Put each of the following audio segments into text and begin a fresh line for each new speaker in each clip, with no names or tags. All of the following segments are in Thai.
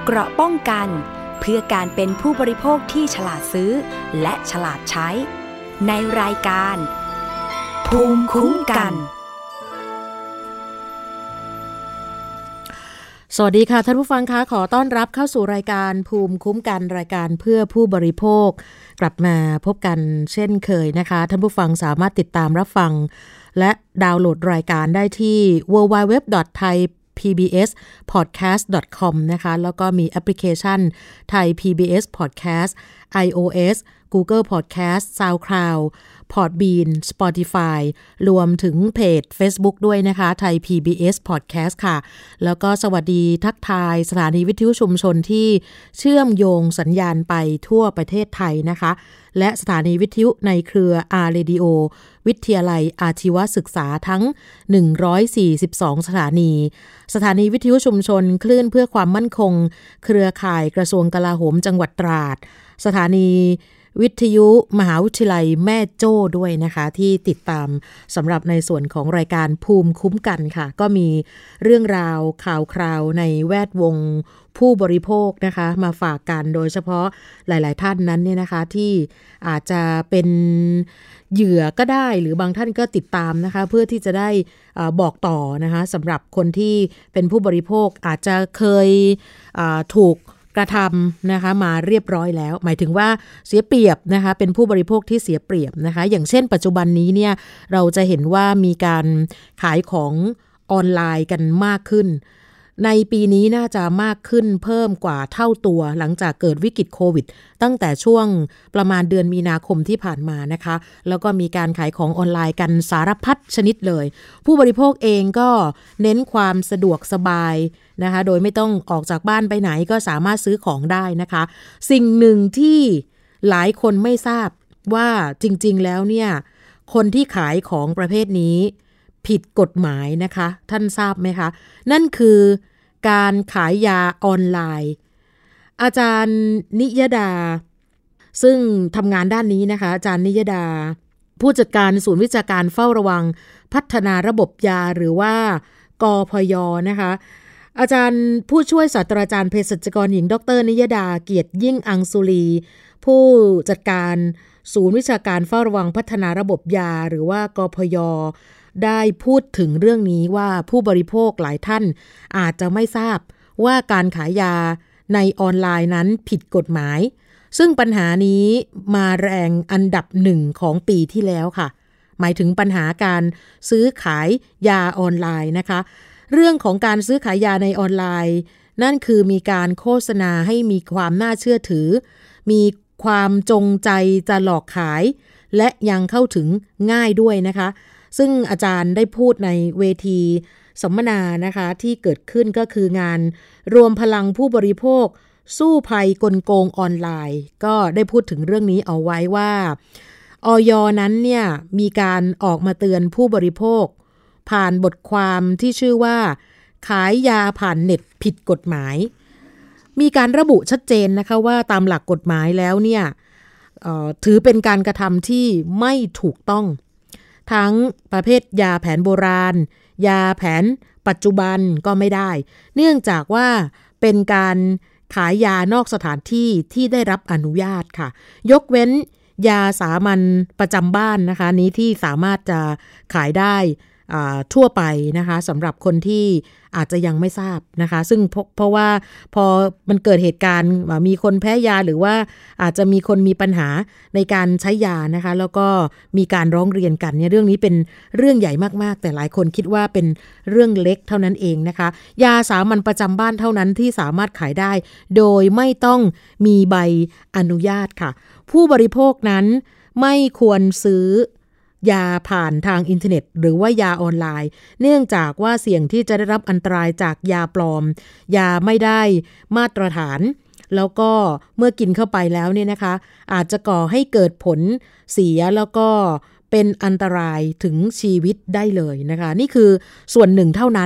เกราะป้องกันเพื่อการเป็นผู้บริโภคที่ฉลาดซื้อและฉลาดใช้ในรายการภูมิคุ้มกัน
สวัสดีค่ะท่านผู้ฟังคะขอต้อนรับเข้าสู่รายการภูมิคุ้มกันรายการเพื่อผู้บริโภคกลับมาพบกันเช่นเคยนะคะท่านผู้ฟังสามารถติดตามรับฟังและดาวน์โหลดรายการได้ที่ www.thaipbspodcast.com นะคะแล้วก็มีแอปพลิเคชัน Thai PBS Podcast iOS Google Podcast SoundCloud Podbean Spotify รวมถึงเพจ Facebook ด้วยนะคะ Thai PBS Podcast ค่ะแล้วก็สวัสดีทักทายสถานีวิทยุชุมชนที่เชื่อมโยงสัญญาณไปทั่วประเทศไทยนะคะและสถานีวิทยุในเครือ R-Radio วิทยาลัยอาชีวศึกษาทั้ง142สถานีวิทยุชุมชนคลื่นเพื่อความมั่นคงเครือข่ายกระทรวงกลาโหมจังหวัดตราดสถานีวิทยุมหาวิทยาลัยแม่โจ้ด้วยนะคะที่ติดตามสำหรับในส่วนของรายการภูมิคุ้มกันค่ะก็มีเรื่องราวข่าวคราวในแวดวงผู้บริโภคนะคะมาฝากกันโดยเฉพาะหลายๆท่านนั้นเนี่ยนะคะที่อาจจะเป็นเหยื่อก็ได้หรือบางท่านก็ติดตามนะคะเพื่อที่จะได้บอกต่อนะคะสำหรับคนที่เป็นผู้บริโภคอาจจะเคยถูกกระทำนะคะมาเรียบร้อยแล้วหมายถึงว่าเสียเปรียบนะคะเป็นผู้บริโภคที่เสียเปรียบนะคะอย่างเช่นปัจจุบันนี้เนี่ยเราจะเห็นว่ามีการขายของออนไลน์กันมากขึ้นในปีนี้น่าจะมากขึ้นเพิ่มกว่าเท่าตัวหลังจากเกิดวิกฤตโควิดตั้งแต่ช่วงประมาณเดือนมีนาคมที่ผ่านมานะคะแล้วก็มีการขายของออนไลน์กันสารพัดชนิดเลยผู้บริโภคเองก็เน้นความสะดวกสบายนะคะโดยไม่ต้องออกจากบ้านไปไหนก็สามารถซื้อของได้นะคะสิ่งหนึ่งที่หลายคนไม่ทราบว่าจริงๆแล้วเนี่ยคนที่ขายของประเภทนี้ผิดกฎหมายนะคะท่านทราบไหมคะนั่นคือการขายยาออนไลน์อาจารย์นิยดาซึ่งทำงานด้านนี้นะคะอาจารย์นิยดาผู้จัดการศูนย์วิชาการเฝ้าระวังพัฒนาระบบยาหรือว่ากพย.นะคะอาจารย์ผู้ช่วยศาสตราจารย์เภสัชกรหญิงดร.นิยดาเกียรติยิ่งอังสุรีผู้จัดการศูนย์วิชาการเฝ้าระวังพัฒนาระบบยาหรือว่ากพย.ได้พูดถึงเรื่องนี้ว่าผู้บริโภคหลายท่านอาจจะไม่ทราบว่าการขายยาในออนไลน์นั้นผิดกฎหมายซึ่งปัญหานี้มาแรงอันดับหนึ่งของปีที่แล้วค่ะหมายถึงปัญหาการซื้อขายยาออนไลน์นะคะเรื่องของการซื้อขายยาในออนไลน์นั่นคือมีการโฆษณาให้มีความน่าเชื่อถือมีความจงใจจะหลอกขายและยังเข้าถึงง่ายด้วยนะคะซึ่งอาจารย์ได้พูดในเวทีสัมมนานะคะที่เกิดขึ้นก็คืองานรวมพลังผู้บริโภคสู้ภัยกลโกงออนไลน์ก็ได้พูดถึงเรื่องนี้เอาไว้ว่าอย.นั้นเนี่ยมีการออกมาเตือนผู้บริโภคผ่านบทความที่ชื่อว่าขายยาผ่านเน็ตผิดกฎหมายมีการระบุชัดเจนนะคะว่าตามหลักกฎหมายแล้วเนี่ยถือเป็นการกระทำที่ไม่ถูกต้องทั้งประเภทยาแผนโบราณยาแผนปัจจุบันก็ไม่ได้เนื่องจากว่าเป็นการขายยานอกสถานที่ที่ได้รับอนุญาตค่ะยกเว้นยาสามัญประจำบ้านนะคะนี้ที่สามารถจะขายได้ทั่วไปนะคะสำหรับคนที่อาจจะยังไม่ทราบนะคะซึ่งเพราะว่าพอมันเกิดเหตุการณ์มีคนแพ้ยาหรือว่าอาจจะมีคนมีปัญหาในการใช้ยานะคะแล้วก็มีการร้องเรียนกันเนี่ยเรื่องนี้เป็นเรื่องใหญ่มากๆแต่หลายคนคิดว่าเป็นเรื่องเล็กเท่านั้นเองนะคะยาสามัญประจำบ้านเท่านั้นที่สามารถขายได้โดยไม่ต้องมีใบอนุญาตค่ะผู้บริโภคนั้นไม่ควรซื้อยาผ่านทางอินเทอร์เน็ตหรือว่ายาออนไลน์เนื่องจากว่าเสี่ยงที่จะได้รับอันตรายจากยาปลอมยาไม่ได้มาตรฐานแล้วก็เมื่อกินเข้าไปแล้วเนี่ยนะคะอาจจะก่อให้เกิดผลเสียแล้วก็เป็นอันตรายถึงชีวิตได้เลยนะคะนี่คือส่วนหนึ่งเท่านั้น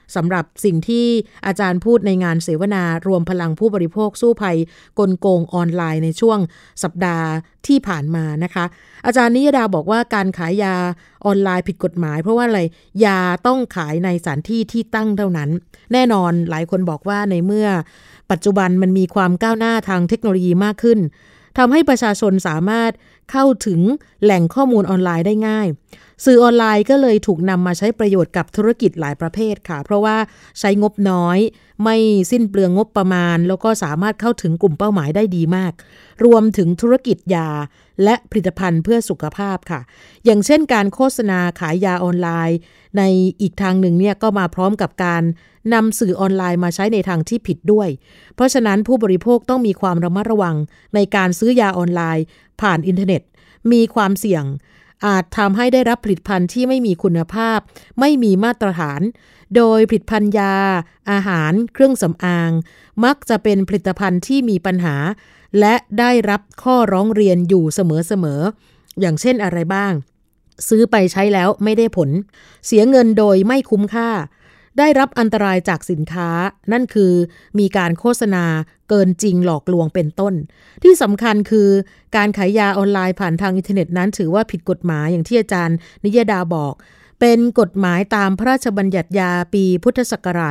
สำหรับสิ่งที่อาจารย์พูดในงานเสวนารวมพลังผู้บริโภคสู้ภัยกลโกงออนไลน์ในช่วงสัปดาห์ที่ผ่านมานะคะอาจารย์นิยดาบอกว่าการขายยาออนไลน์ผิดกฎหมายเพราะว่าอะไรยาต้องขายในสถานที่ที่ตั้งเท่านั้นแน่นอนหลายคนบอกว่าในเมื่อปัจจุบันมันมีความก้าวหน้าทางเทคโนโลยีมากขึ้นทำให้ประชาชนสามารถเข้าถึงแหล่งข้อมูลออนไลน์ได้ง่ายสื่อออนไลน์ก็เลยถูกนำมาใช้ประโยชน์กับธุรกิจหลายประเภทค่ะเพราะว่าใช้งบน้อยไม่สิ้นเปลืองงบประมาณแล้วก็สามารถเข้าถึงกลุ่มเป้าหมายได้ดีมากรวมถึงธุรกิจยาและผลิตภัณฑ์เพื่อสุขภาพค่ะอย่างเช่นการโฆษณาขายยาออนไลน์ในอีกทางหนึ่งเนี่ยก็มาพร้อมกับการนำสื่อออนไลน์มาใช้ในทางที่ผิดด้วยเพราะฉะนั้นผู้บริโภคต้องมีความระมัดระวังในการซื้อยาออนไลน์ผ่านอินเทอร์เน็ตมีความเสี่ยงอาจทำให้ได้รับผลิตภัณฑ์ที่ไม่มีคุณภาพไม่มีมาตรฐานโดยผลิตภัณฑ์ยาอาหารเครื่องสำอางมักจะเป็นผลิตภัณฑ์ที่มีปัญหาและได้รับข้อร้องเรียนอยู่เสมอๆอย่างเช่นอะไรบ้างซื้อไปใช้แล้วไม่ได้ผลเสียเงินโดยไม่คุ้มค่าได้รับอันตรายจากสินค้านั่นคือมีการโฆษณาเกินจริงหลอกลวงเป็นต้นที่สำคัญคือการขายยาออนไลน์ผ่านทางอินเทอร์เน็ตนั้นถือว่าผิดกฎหมายอย่างที่อาจารย์นิยดาบอกเป็นกฎหมายตามพระราชบัญญัติยาปีพุทธศักราช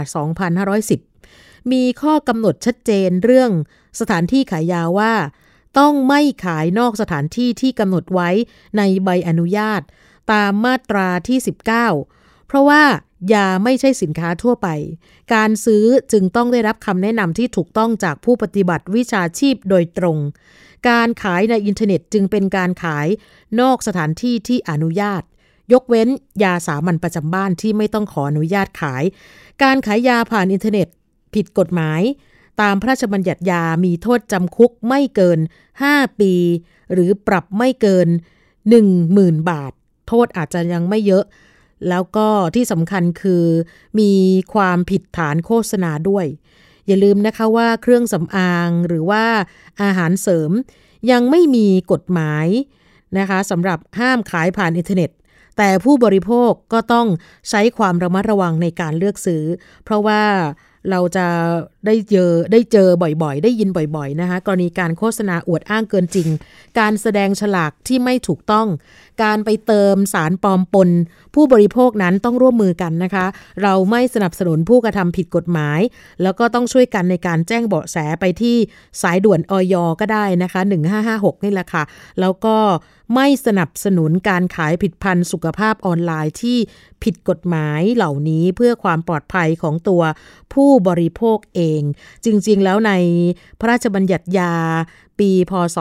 2510 มีข้อกำหนดชัดเจนเรื่องสถานที่ขายยาว่าต้องไม่ขายนอกสถานที่ที่กำหนดไว้ในใบอนุญาตตามมาตราที่ 19 เพราะว่ายาไม่ใช่สินค้าทั่วไปการซื้อจึงต้องได้รับคำแนะนำที่ถูกต้องจากผู้ปฏิบัติวิชาชีพโดยตรงการขายในอินเทอร์เน็ตจึงเป็นการขายนอกสถานที่ที่อนุญาตยกเว้นยาสามัญประจำบ้านที่ไม่ต้องขออนุญาตขายการขายยาผ่านอินเทอร์เน็ตผิดกฎหมายตามพระราชบัญญัติยามีโทษจำคุกไม่เกิน5 ปีหรือปรับไม่เกิน 10,000 บาทโทษอาจจะยังไม่เยอะแล้วก็ที่สำคัญคือมีความผิดฐานโฆษณาด้วยอย่าลืมนะคะว่าเครื่องสำอางหรือว่าอาหารเสริมยังไม่มีกฎหมายนะคะสำหรับห้ามขายผ่านอินเทอร์เน็ตแต่ผู้บริโภคก็ต้องใช้ความระมัดระวังในการเลือกซื้อเพราะว่าเราจะได้เจอบ่อยๆได้ยินบ่อยๆนะคะกรณีการโฆษณาอวดอ้างเกินจริงการแสดงฉลากที่ไม่ถูกต้องการไปเติมสารปลอมปนผู้บริโภคนั้นต้องร่วมมือกันนะคะเราไม่สนับสนุนผู้กระทำผิดกฎหมายแล้วก็ต้องช่วยกันในการแจ้งเบาะแสไปที่สายด่วนอย.ก็ได้นะคะ1556นี่แหละค่ะแล้วก็ไม่สนับสนุนการขายผลิตภัณฑ์สุขภาพออนไลน์ที่ผิดกฎหมายเหล่านี้เพื่อความปลอดภัยของตัวผู้บริโภคเองจริงๆแล้วในพระราชบัญญัติยาปีพ.ศ.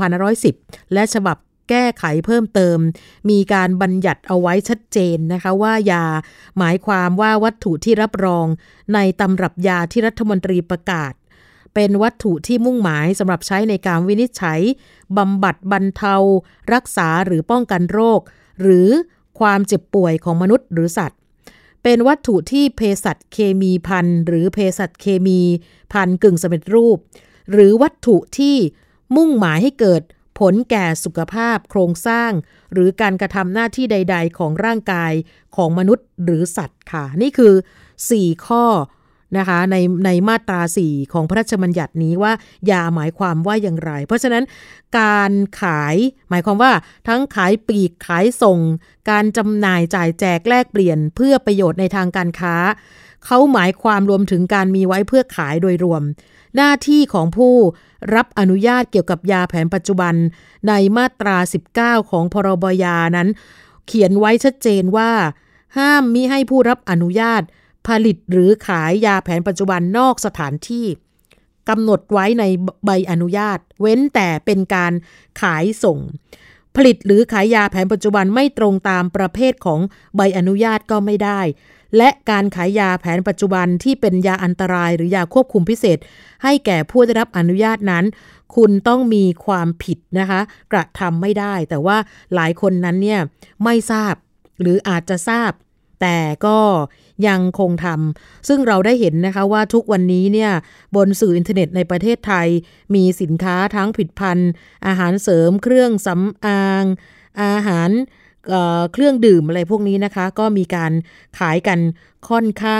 2510 และฉบับแก้ไขเพิ่มเติมมีการบัญญัติเอาไว้ชัดเจนนะคะว่ายาหมายความว่าวัตถุที่รับรองในตำรับยาที่รัฐมนตรีประกาศเป็นวัตถุที่มุ่งหมายสำหรับใช้ในการวินิจฉัยบำบัดบรรเทารักษาหรือป้องกันโรคหรือความเจ็บป่วยของมนุษย์หรือสัตว์เป็นวัตถุที่เภสัชเคมีภัณฑ์หรือเภสัชเคมีภัณฑ์กึ่งสำเร็จรูปหรือวัตถุที่มุ่งหมายให้เกิดผลแก่สุขภาพโครงสร้างหรือการกระทำหน้าที่ใดๆของร่างกายของมนุษย์หรือสัตว์ค่ะนี่คือ4ข้อนะคะในมาตรา4ของพระราชบัญญัตินี้ว่ายาหมายความว่าอย่างไรเพราะฉะนั้นการขายหมายความว่าทั้งขายปลีกขายส่งการจำหน่ายจ่ายแจกแลกเปลี่ยนเพื่อประโยชน์ในทางการค้าเขาหมายความรวมถึงการมีไว้เพื่อขายโดยรวมหน้าที่ของผู้รับอนุญาตเกี่ยวกับยาแผนปัจจุบันในมาตรา19ของพรบยานั้นเขียนไว้ชัดเจนว่าห้ามมิให้ผู้รับอนุญาตผลิตหรือขายยาแผนปัจจุบันนอกสถานที่กำหนดไว้ในใบอนุญาตเว้นแต่เป็นการขายส่งผลิตหรือขายยาแผนปัจจุบันไม่ตรงตามประเภทของใบอนุญาตก็ไม่ได้และการขายยาแผนปัจจุบันที่เป็นยาอันตรายหรือยาควบคุมพิเศษให้แก่ผู้ได้รับอนุญาตนั้นคุณต้องมีความผิดนะคะกระทำไม่ได้แต่ว่าหลายคนนั้นเนี่ยไม่ทราบหรืออาจจะทราบแต่ก็ยังคงทำซึ่งเราได้เห็นนะคะว่าทุกวันนี้เนี่ยบนสื่ออินเทอร์เน็ตในประเทศไทยมีสินค้าทั้งผลิตภัณฑ์อาหารเสริมเครื่องสำอางอาหารเครื่องดื่มอะไรพวกนี้นะคะก็มีการขายกันค่อนข้าง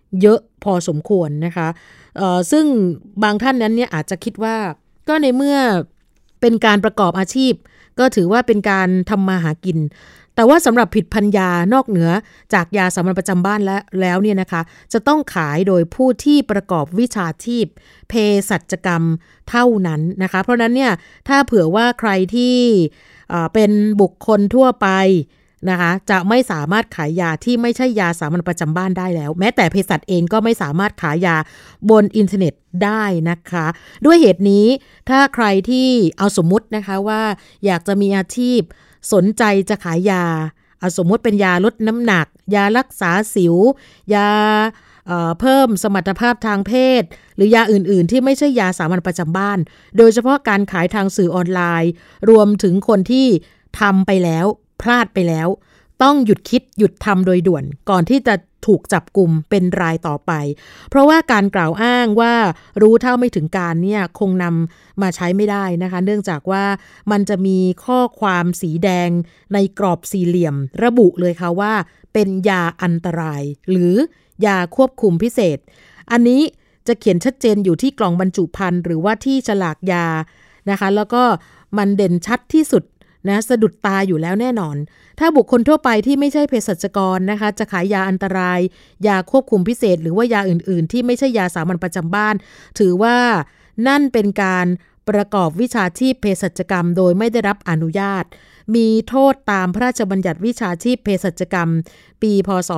เยอะพอสมควรนะคะซึ่งบางท่านนั้นเนี่ยอาจจะคิดว่าก็ในเมื่อเป็นการประกอบอาชีพก็ถือว่าเป็นการทำมาหากินแต่ว่าสำหรับผลิตภัณฑ์ยานอกเหนือจากยาสามัญประจำบ้านแล้วเนี่ยนะคะจะต้องขายโดยผู้ที่ประกอบวิชาชีพเภสัชกรรมเท่านั้นนะคะเพราะนั้นเนี่ยถ้าเผื่อว่าใครที่เป็นบุคคลทั่วไปนะคะจะไม่สามารถขายยาที่ไม่ใช่ยาสามัญประจำบ้านได้แล้วแม้แต่เภสัชเองก็ไม่สามารถขายยาบนอินเทอร์เน็ตได้นะคะด้วยเหตุนี้ถ้าใครที่เอาสมมุตินะคะว่าอยากจะมีอาชีพสนใจจะขายยาสมมุติเป็นยาลดน้ำหนักยารักษาสิวยาเพิ่มสมรรถภาพทางเพศหรือยาอื่นๆที่ไม่ใช่ยาสามัญประจำบ้านโดยเฉพาะการขายทางสื่อออนไลน์รวมถึงคนที่ทำไปแล้วพลาดไปแล้วต้องหยุดคิดหยุดทำโดยด่วนก่อนที่จะถูกจับกุมเป็นรายต่อไปเพราะว่าการกล่าวอ้างว่ารู้เท่าไม่ถึงการเนี่ยคงนำมาใช้ไม่ได้นะคะเนื่องจากว่ามันจะมีข้อความสีแดงในกรอบสี่เหลี่ยมระบุเลยค่ะว่าเป็นยาอันตรายหรือยาควบคุมพิเศษอันนี้จะเขียนชัดเจนอยู่ที่กล่องบรรจุภัณฑ์หรือว่าที่ฉลากยานะคะแล้วก็มันเด่นชัดที่สุดนะสะดุดตาอยู่แล้วแน่นอนถ้าบุคคลทั่วไปที่ไม่ใช่เภสัชกรนะคะจะขายยาอันตรายยาควบคุมพิเศษหรือว่ายาอื่นๆที่ไม่ใช่ยาสามัญประจำบ้านถือว่านั่นเป็นการประกอบวิชาชีพเภสัชกรรมโดยไม่ได้รับอนุญาตมีโทษตามพระราชบัญญัติวิชาชีพเภสัชกรรมปีพ.ศ.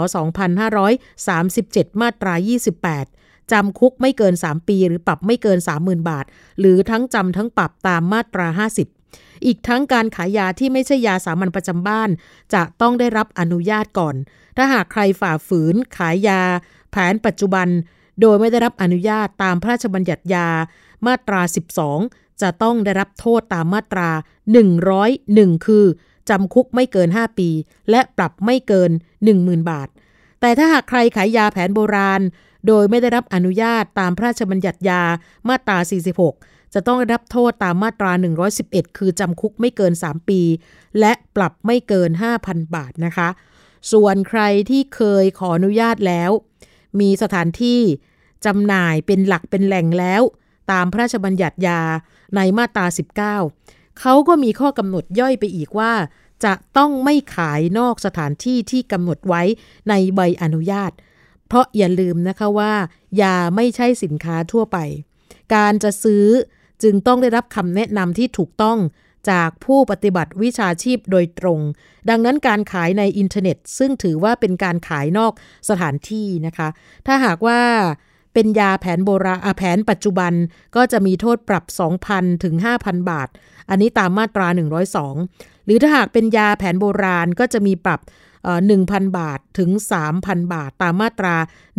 2537มาตรา28จำคุกไม่เกิน3ปีหรือปรับไม่เกิน 30,000 บาทหรือทั้งจำทั้งปรับตามมาตรา50อีกทั้งการขายยาที่ไม่ใช่ยาสามัญประจำบ้านจะต้องได้รับอนุญาตก่อนถ้าหากใครฝ่าฝืนขายยาแผนปัจจุบันโดยไม่ได้รับอนุญาตตามพระราชบัญญัติยามาตรา12จะต้องได้รับโทษตามมาตรา101คือจำคุกไม่เกิน5ปีและปรับไม่เกิน 10,000 บาทแต่ถ้าหากใครขายยาแผนโบราณโดยไม่ได้รับอนุญาตตามพระราชบัญญัติยามาตรา46จะต้องได้รับโทษตามมาตรา111คือจำคุกไม่เกิน3ปีและปรับไม่เกิน 5,000 บาทนะคะส่วนใครที่เคยขออนุญาตแล้วมีสถานที่จำหน่ายเป็นหลักเป็นแหล่งแล้วตามพระราชบัญญัติยาในมาตรา19เขาก็มีข้อกำหนดย่อยไปอีกว่าจะต้องไม่ขายนอกสถานที่ที่กำหนดไว้ในใบอนุญาตเพราะอย่าลืมนะคะว่ายาไม่ใช่สินค้าทั่วไปการจะซื้อจึงต้องได้รับคำแนะนำที่ถูกต้องจากผู้ปฏิบัติวิชาชีพโดยตรงดังนั้นการขายในอินเทอร์เน็ตซึ่งถือว่าเป็นการขายนอกสถานที่นะคะถ้าหากว่าเป็นยาแผนโบราณแผนปัจจุบันก็จะมีโทษปรับ 2,000 ถึง 5,000 บาทอันนี้ตามมาตรา102หรือถ้าหากเป็นยาแผนโบราณก็จะมีปรับ1,000 บาทถึง 3,000 บาทตามมาตรา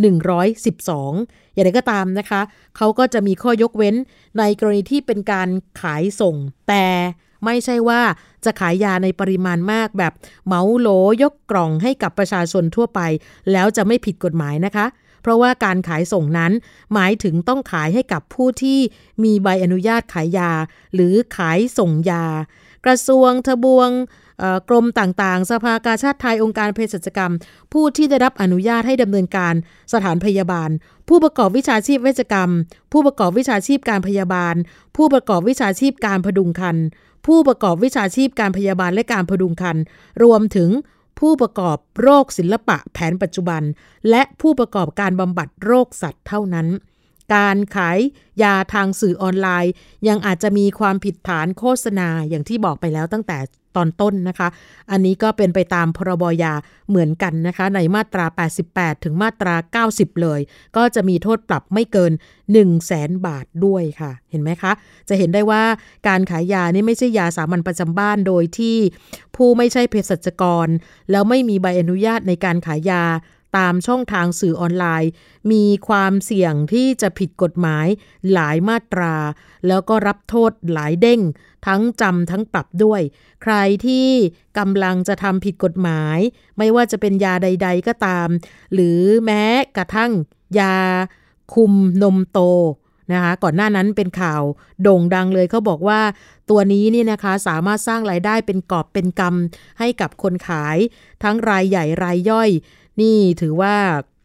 112อย่างไรก็ตามนะคะเขาก็จะมีข้อยกเว้นในกรณีที่เป็นการขายส่งแต่ไม่ใช่ว่าจะขายยาในปริมาณมากแบบเหมาโหลยกกล่องให้กับประชาชนทั่วไปแล้วจะไม่ผิดกฎหมายนะคะเพราะว่าการขายส่งนั้นหมายถึงต้องขายให้กับผู้ที่มีใบอนุญาตขายยาหรือขายส่งยากระทรวงทบวงกรมต่างๆสภากาชาดไทยองค์การเภสัชกรรมผู้ที่ได้รับอนุญาตให้ดำเนินการสถานพยาบาลผู้ประกอบวิชาชีพเวชกรรมผู้ประกอบวิชาชีพการพยาบาลผู้ประกอบวิชาชีพการพดุงครรภ์ผู้ประกอบวิชาชีพการพยาบาลและการพดุงครรภ์รวมถึงผู้ประกอบโรคศิลปะแผนปัจจุบันและผู้ประกอบการบำบัดโรคสัตว์เท่านั้นการขายยาทางสื่อออนไลน์ยังอาจจะมีความผิดฐานโฆษณาอย่างที่บอกไปแล้วตั้งแต่ตอนต้นนะคะอันนี้ก็เป็นไปตามพรบยาเหมือนกันนะคะในมาตรา88ถึงมาตรา90เลยก็จะมีโทษปรับไม่เกิน 100,000 บาทด้วยค่ะเห็นไหมคะจะเห็นได้ว่าการขายยานี่ไม่ใช่ยาสามัญประจำบ้านโดยที่ผู้ไม่ใช่เภสัชกรแล้วไม่มีใบอนุญาตในการขายยาตามช่องทางสื่อออนไลน์มีความเสี่ยงที่จะผิดกฎหมายหลายมาตราแล้วก็รับโทษหลายเด้งทั้งจำทั้งปรับด้วยใครที่กำลังจะทำผิดกฎหมายไม่ว่าจะเป็นยาใดๆก็ตามหรือแม้กระทั่งยาคุมนมโตนะคะก่อนหน้านั้นเป็นข่าวโด่งดังเลยเขาบอกว่าตัวนี้นี่นะคะสามารถสร้างรายได้เป็นกอบเป็นกำให้กับคนขายทั้งรายใหญ่รายย่อยนี่ถือว่า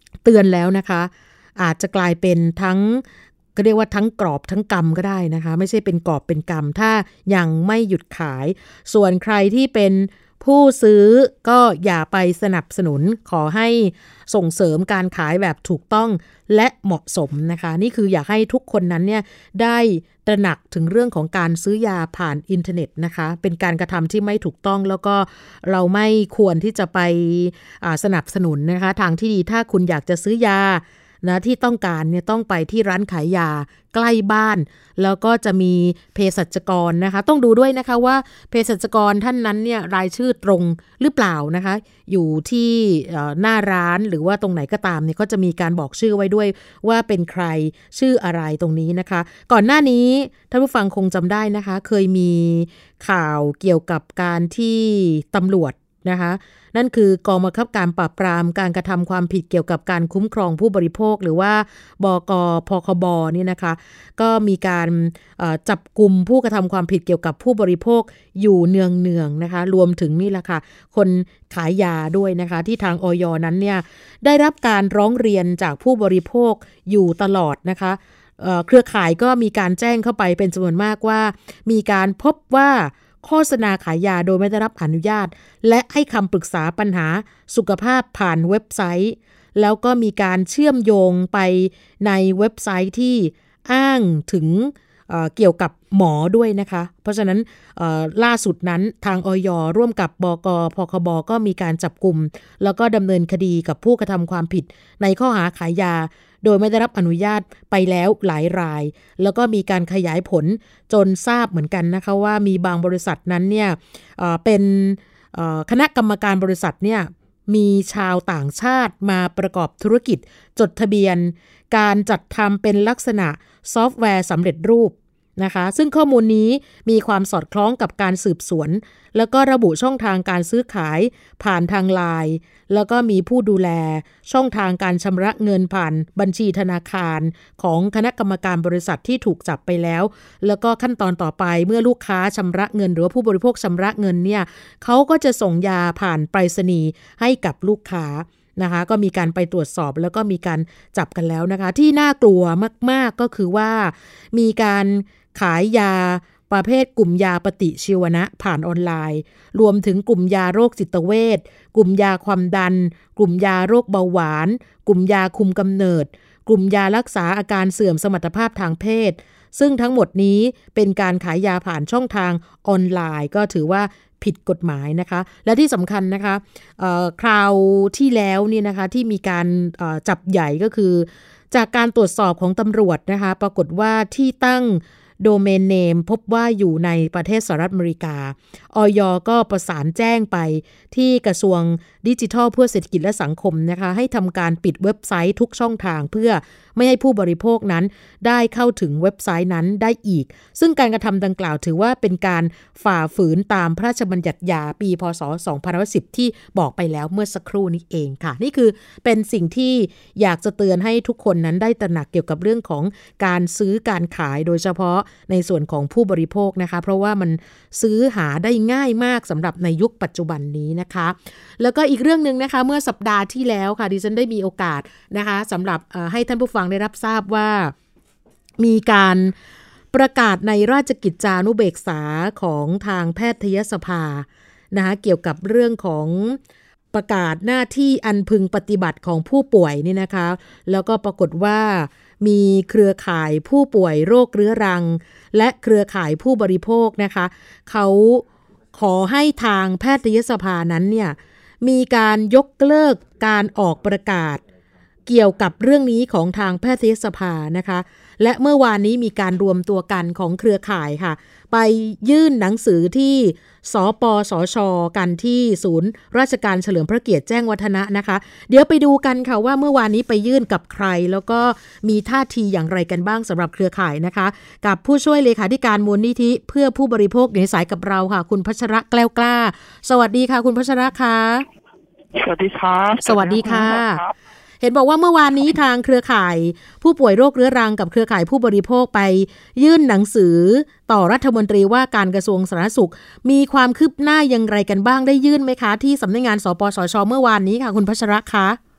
เตือนแล้วนะคะอาจจะกลายเป็นทั้งก็เรียกว่าทั้งกรอบทั้งกรรมก็ได้นะคะไม่ใช่เป็นกอบเป็นกรรมถ้ายังไม่หยุดขายส่วนใครที่เป็นผู้ซื้อก็อย่าไปสนับสนุนขอให้ส่งเสริมการขายแบบถูกต้องและเหมาะสมนะคะนี่คืออยากให้ทุกคนนั้นเนี่ยได้ตระหนักถึงเรื่องของการซื้อยาผ่านอินเทอร์เน็ตนะคะเป็นการกระทำที่ไม่ถูกต้องแล้วก็เราไม่ควรที่จะไปสนับสนุนนะคะทางที่ดีถ้าคุณอยากจะซื้อยานะที่ต้องการเนี่ยต้องไปที่ร้านขายยาใกล้บ้านแล้วก็จะมีเภสัชกรนะคะต้องดูด้วยนะคะว่าเภสัชกรท่านนั้นเนี่ยรายชื่อตรงหรือเปล่านะคะอยู่ที่หน้าร้านหรือว่าตรงไหนก็ตามเนี่ยก็จะมีการบอกชื่อไว้ด้วยว่าเป็นใครชื่ออะไรตรงนี้นะคะก่อนหน้านี้ท่านผู้ฟังคงจำได้นะคะเคยมีข่าวเกี่ยวกับการที่ตำรวจนะคะนั่นคือกองบังคับการปราบปรามการกระทำความผิดเกี่ยวกับการคุ้มครองผู้บริโภคหรือว่าบก.พคบ.นี่นะคะก็มีการจับกุมผู้กระทำความผิดเกี่ยวกับผู้บริโภคอยู่เนืองๆนะคะรวมถึงนี่แหละค่ะคนขายยาด้วยนะคะที่ทางอย.นั้นเนี่ยได้รับการร้องเรียนจากผู้บริโภคอยู่ตลอดนะคะเครือข่ายก็มีการแจ้งเข้าไปเป็นจำนวนมากว่ามีการพบว่าโฆษณาขายยาโดยไม่ได้รับอนุญาตและให้คำปรึกษาปัญหาสุขภาพผ่านเว็บไซต์แล้วก็มีการเชื่อมโยงไปในเว็บไซต์ที่อ้างถึงเกี่ยวกับหมอด้วยนะคะเพราะฉะนั้นล่าสุดนั้นทางอย.ร่วมกับบก.พคบ.ก็มีการจับกุมแล้วก็ดำเนินคดีกับผู้กระทำความผิดในข้อหาขายยาโดยไม่ได้รับอนุญาตไปแล้วหลายรายแล้วก็มีการขยายผลจนทราบเหมือนกันนะคะว่ามีบางบริษัทนั้นเนี่ยเป็นคณะกรรมการบริษัทเนี่ยมีชาวต่างชาติมาประกอบธุรกิจจดทะเบียนการจัดทำเป็นลักษณะซอฟต์แวร์สำเร็จรูปนะคะซึ่งข้อมูลนี้มีความสอดคล้องกับการสืบสวนแล้วก็ระบุช่องทางการซื้อขายผ่านทางไลน์แล้วก็มีผู้ดูแลช่องทางการชำระเงินผ่านบัญชีธนาคารของคณะกรรมการบริษัทที่ถูกจับไปแล้วแล้วก็ขั้นตอนต่อไปเมื่อลูกค้าชำระเงินหรือว่าผู้บริโภคชำระเงินเนี่ยเขาก็จะส่งยาผ่านไปรษณีย์ให้กับลูกค้านะคะก็มีการไปตรวจสอบแล้วก็มีการจับกันแล้วนะคะที่น่ากลัวมากๆก็คือว่ามีการขายยาประเภทกลุ่มยาปฏิชีวนะผ่านออนไลน์รวมถึงกลุ่มยาโรคจิตเวชกลุ่มยาความดันกลุ่มยาโรคเบาหวานกลุ่มยาคุมกำเนิดกลุ่มยารักษาอาการเสื่อมสมรรถภาพทางเพศซึ่งทั้งหมดนี้เป็นการขายยาผ่านช่องทางออนไลน์ก็ถือว่าผิดกฎหมายนะคะและที่สำคัญนะคะคราวที่แล้วนี่นะคะที่มีการจับใหญ่ก็คือจากการตรวจสอบของตำรวจนะคะปรากฏว่าที่ตั้งโดเมนเนมพบว่าอยู่ในประเทศสหรัฐอเมริกาอย.ก็ประสานแจ้งไปที่กระทรวงดิจิทัลเพื่อเศรษฐกิจและสังคมนะคะให้ทำการปิดเว็บไซต์ทุกช่องทางเพื่อไม่ให้ผู้บริโภคนั้นได้เข้าถึงเว็บไซต์นั้นได้อีกซึ่งการกระทำดังกล่าวถือว่าเป็นการฝ่าฝืนตามพระราชบัญญัติยาปีพ.ศ. 2510ที่บอกไปแล้วเมื่อสักครู่นี้เองค่ะนี่คือเป็นสิ่งที่อยากจะเตือนให้ทุกคนนั้นได้ตระหนักเกี่ยวกับเรื่องของการซื้อการขายโดยเฉพาะในส่วนของผู้บริโภคนะคะเพราะว่ามันซื้อหาได้ง่ายมากสำหรับในยุคปัจจุบันนี้นะคะแล้วก็อีกเรื่องนึงนะคะเมื่อสัปดาห์ที่แล้วค่ะดิฉันได้มีโอกาสนะคะสำหรับให้ท่านผู้ฟังได้รับทราบว่ามีการประกาศในราชกิจจานุเบกษาของทางแพทยสภานะคะเกี่ยวกับเรื่องของประกาศหน้าที่อันพึงปฏิบัติของผู้ป่วยนี่นะคะแล้วก็ปรากฏว่ามีเครือข่ายผู้ป่วยโรคเรื้อรังและเครือข่ายผู้บริโภคนะคะเขาขอให้ทางแพทยสภานั้นเนี่ยมีการยกเลิกการออกประกาศเกี่ยวกับเรื่องนี้ของทางแพทยสภานะคะและเมื่อวานนี้มีการรวมตัวกันของเครือข่ายค่ะไปยื่นหนังสือที่สปสช.กันที่ศูนย์ราชการเฉลิมพระเกียรติแจ้งวัฒนะนะคะเดี๋ยวไปดูกันค่ะว่าเมื่อวานนี้ไปยื่นกับใครแล้วก็มีท่าทีอย่างไรกันบ้างสำหรับเครือข่ายนะคะกับผู้ช่วยเลขาธิการมูลนิธิเพื่อผู้บริโภคในสายกับเราค่ะคุณพัชระแกล้วกล้าสวัสดีค่ะคุณพัชระค่ะ
สวัสดีครับ
สวัสดีค่ะเห็นบอกว่าเมื่อวานนี้ทางเครือข่ายผู้ป่วยโรคเรื้อรังกับเครือข่ายผู้บริโภคไปยื่นหนังสือต่อรัฐมนตรีว่าการกระทรวงสาธารณสุขมีความคืบหน้าอย่างไรกันบ้างได้ยื่นไหมคะที่สำนักงานสปสช.เมื่อวานนี้ค่ะคุณพัชระคะ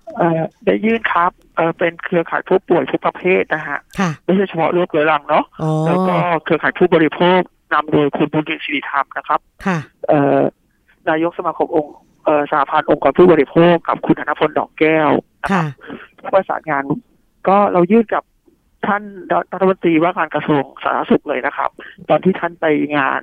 ได้ยื่นครับเป็นเครือข่ายผู้ป่วยทุกประเภทนะฮะไม่ใช่เฉพาะโรคเรื้อรังเนาะแล้วก็เครือข่ายผู้บริโภคนำโดยคุณบุญเกียรติศิริธรรมนะครับนายกสมาคมองค์สหพันธ์องค์กรผู้บริโภคกับคุณธนพลดอกแก้วนะครับประสานงานก็เรายื่นกับท่านรัฐมนตรีว่าการกระทรวงสาธารณสุขเลยนะครับตอนที่ท่านไปงาน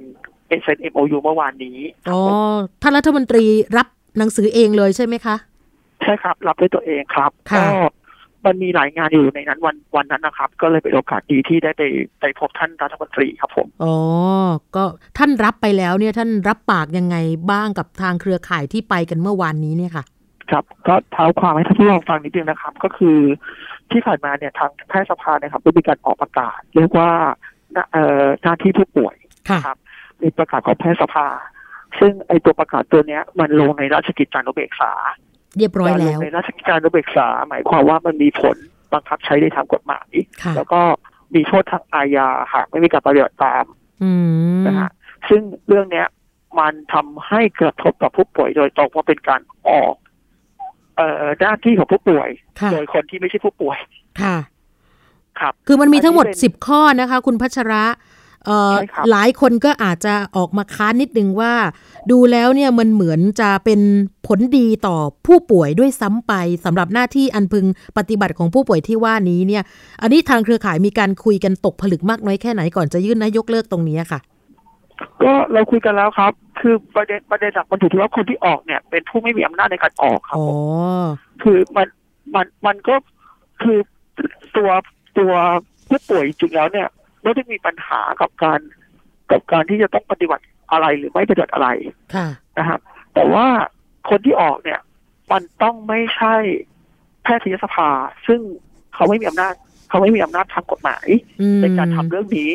MOU เมื่อวานนี้
ท่านรัฐมนตรีรับหนังสือเองเลยใช่ไหมคะ
ใช่ครับรับด้วยตัวเองครับก็มันมีหลายงานอยู่ในนั้นวันนั้นนะครับก็เลยเป็นโอกาสดีที่ได้ไปพบท่านรัฐมนตรีครับผม
ก็ท่านรับไปแล้วเนี่ยท่านรับปากยังไงบ้างกับทางเครือข่ายที่ไปกันเมื่อวานนี้เนี่ยค่ะ
ครับก็เท้าความให้ท่านผู้ฟังนิดนึงนะครับก็คือที่ผ่านมาเนี่ยทางแพทยสภาเนี่ยครับได้มีการออกประกาศเรียกว่าหน้าที่ผู้ป่วยครับมีประกาศของแพทยสภาซึ่งไอตัวประกาศตัวเนี้ยมันลงในราชกิจจานุเบกษา
เรียบร้อยแล้ว
ในราชกิจจานุเบกษาหมายความว่ามันมีผลบังคับใช้ได้ทางกฎหมายแล้วก็มีโทษทางอาญาหากไม่มีการปฏิบัติตามนะฮะซึ่งเรื่องเนี้ยมันทำให้กระทบต่อผู้ป่วยโดยตรงว่าเป็นการออกหน้าที่ของผู้ป่วยโดยคนที่ไม่ใช่ผู้ป่วย
ค่ะครับคือมันมีทั้งหมด10ข้อนะคะคุณพัชระหลายคนก็อาจจะออกมาค้านนิดนึงว่าดูแล้วเนี่ยมันเหมือนจะเป็นผลดีต่อผู้ป่วยด้วยซ้ำไปสำหรับหน้าที่อันพึงปฏิบัติของผู้ป่วยที่ว่านี้เนี่ยอันนี้ทางเครือข่ายมีการคุยกันตกผลึกมากน้อยแค่ไหนก่อนจะยื่นนายกเลิกตรงนี้ค่ะ
ก็เราคุยกันแล้วครับคือประเด็นหลักมันอยู่ที่ว่าคนที่ออกเนี่ยเป็นผู้ไม่มีอำนาจในการออกครับคือมันก็คือตัวผู้ป่วยจริงแล้วเนี่ยไม่ได้มีปัญหากับการที่จะต้องปฏิบัติอะไรหรือไม่ปฏิบัติอะไรนะครับแต่ว่าคนที่ออกเนี่ยมันต้องไม่ใช่แพทยสภาซึ่งเขาไม่มีอำนาจทางกฎหมายในการทำเรื่องนี้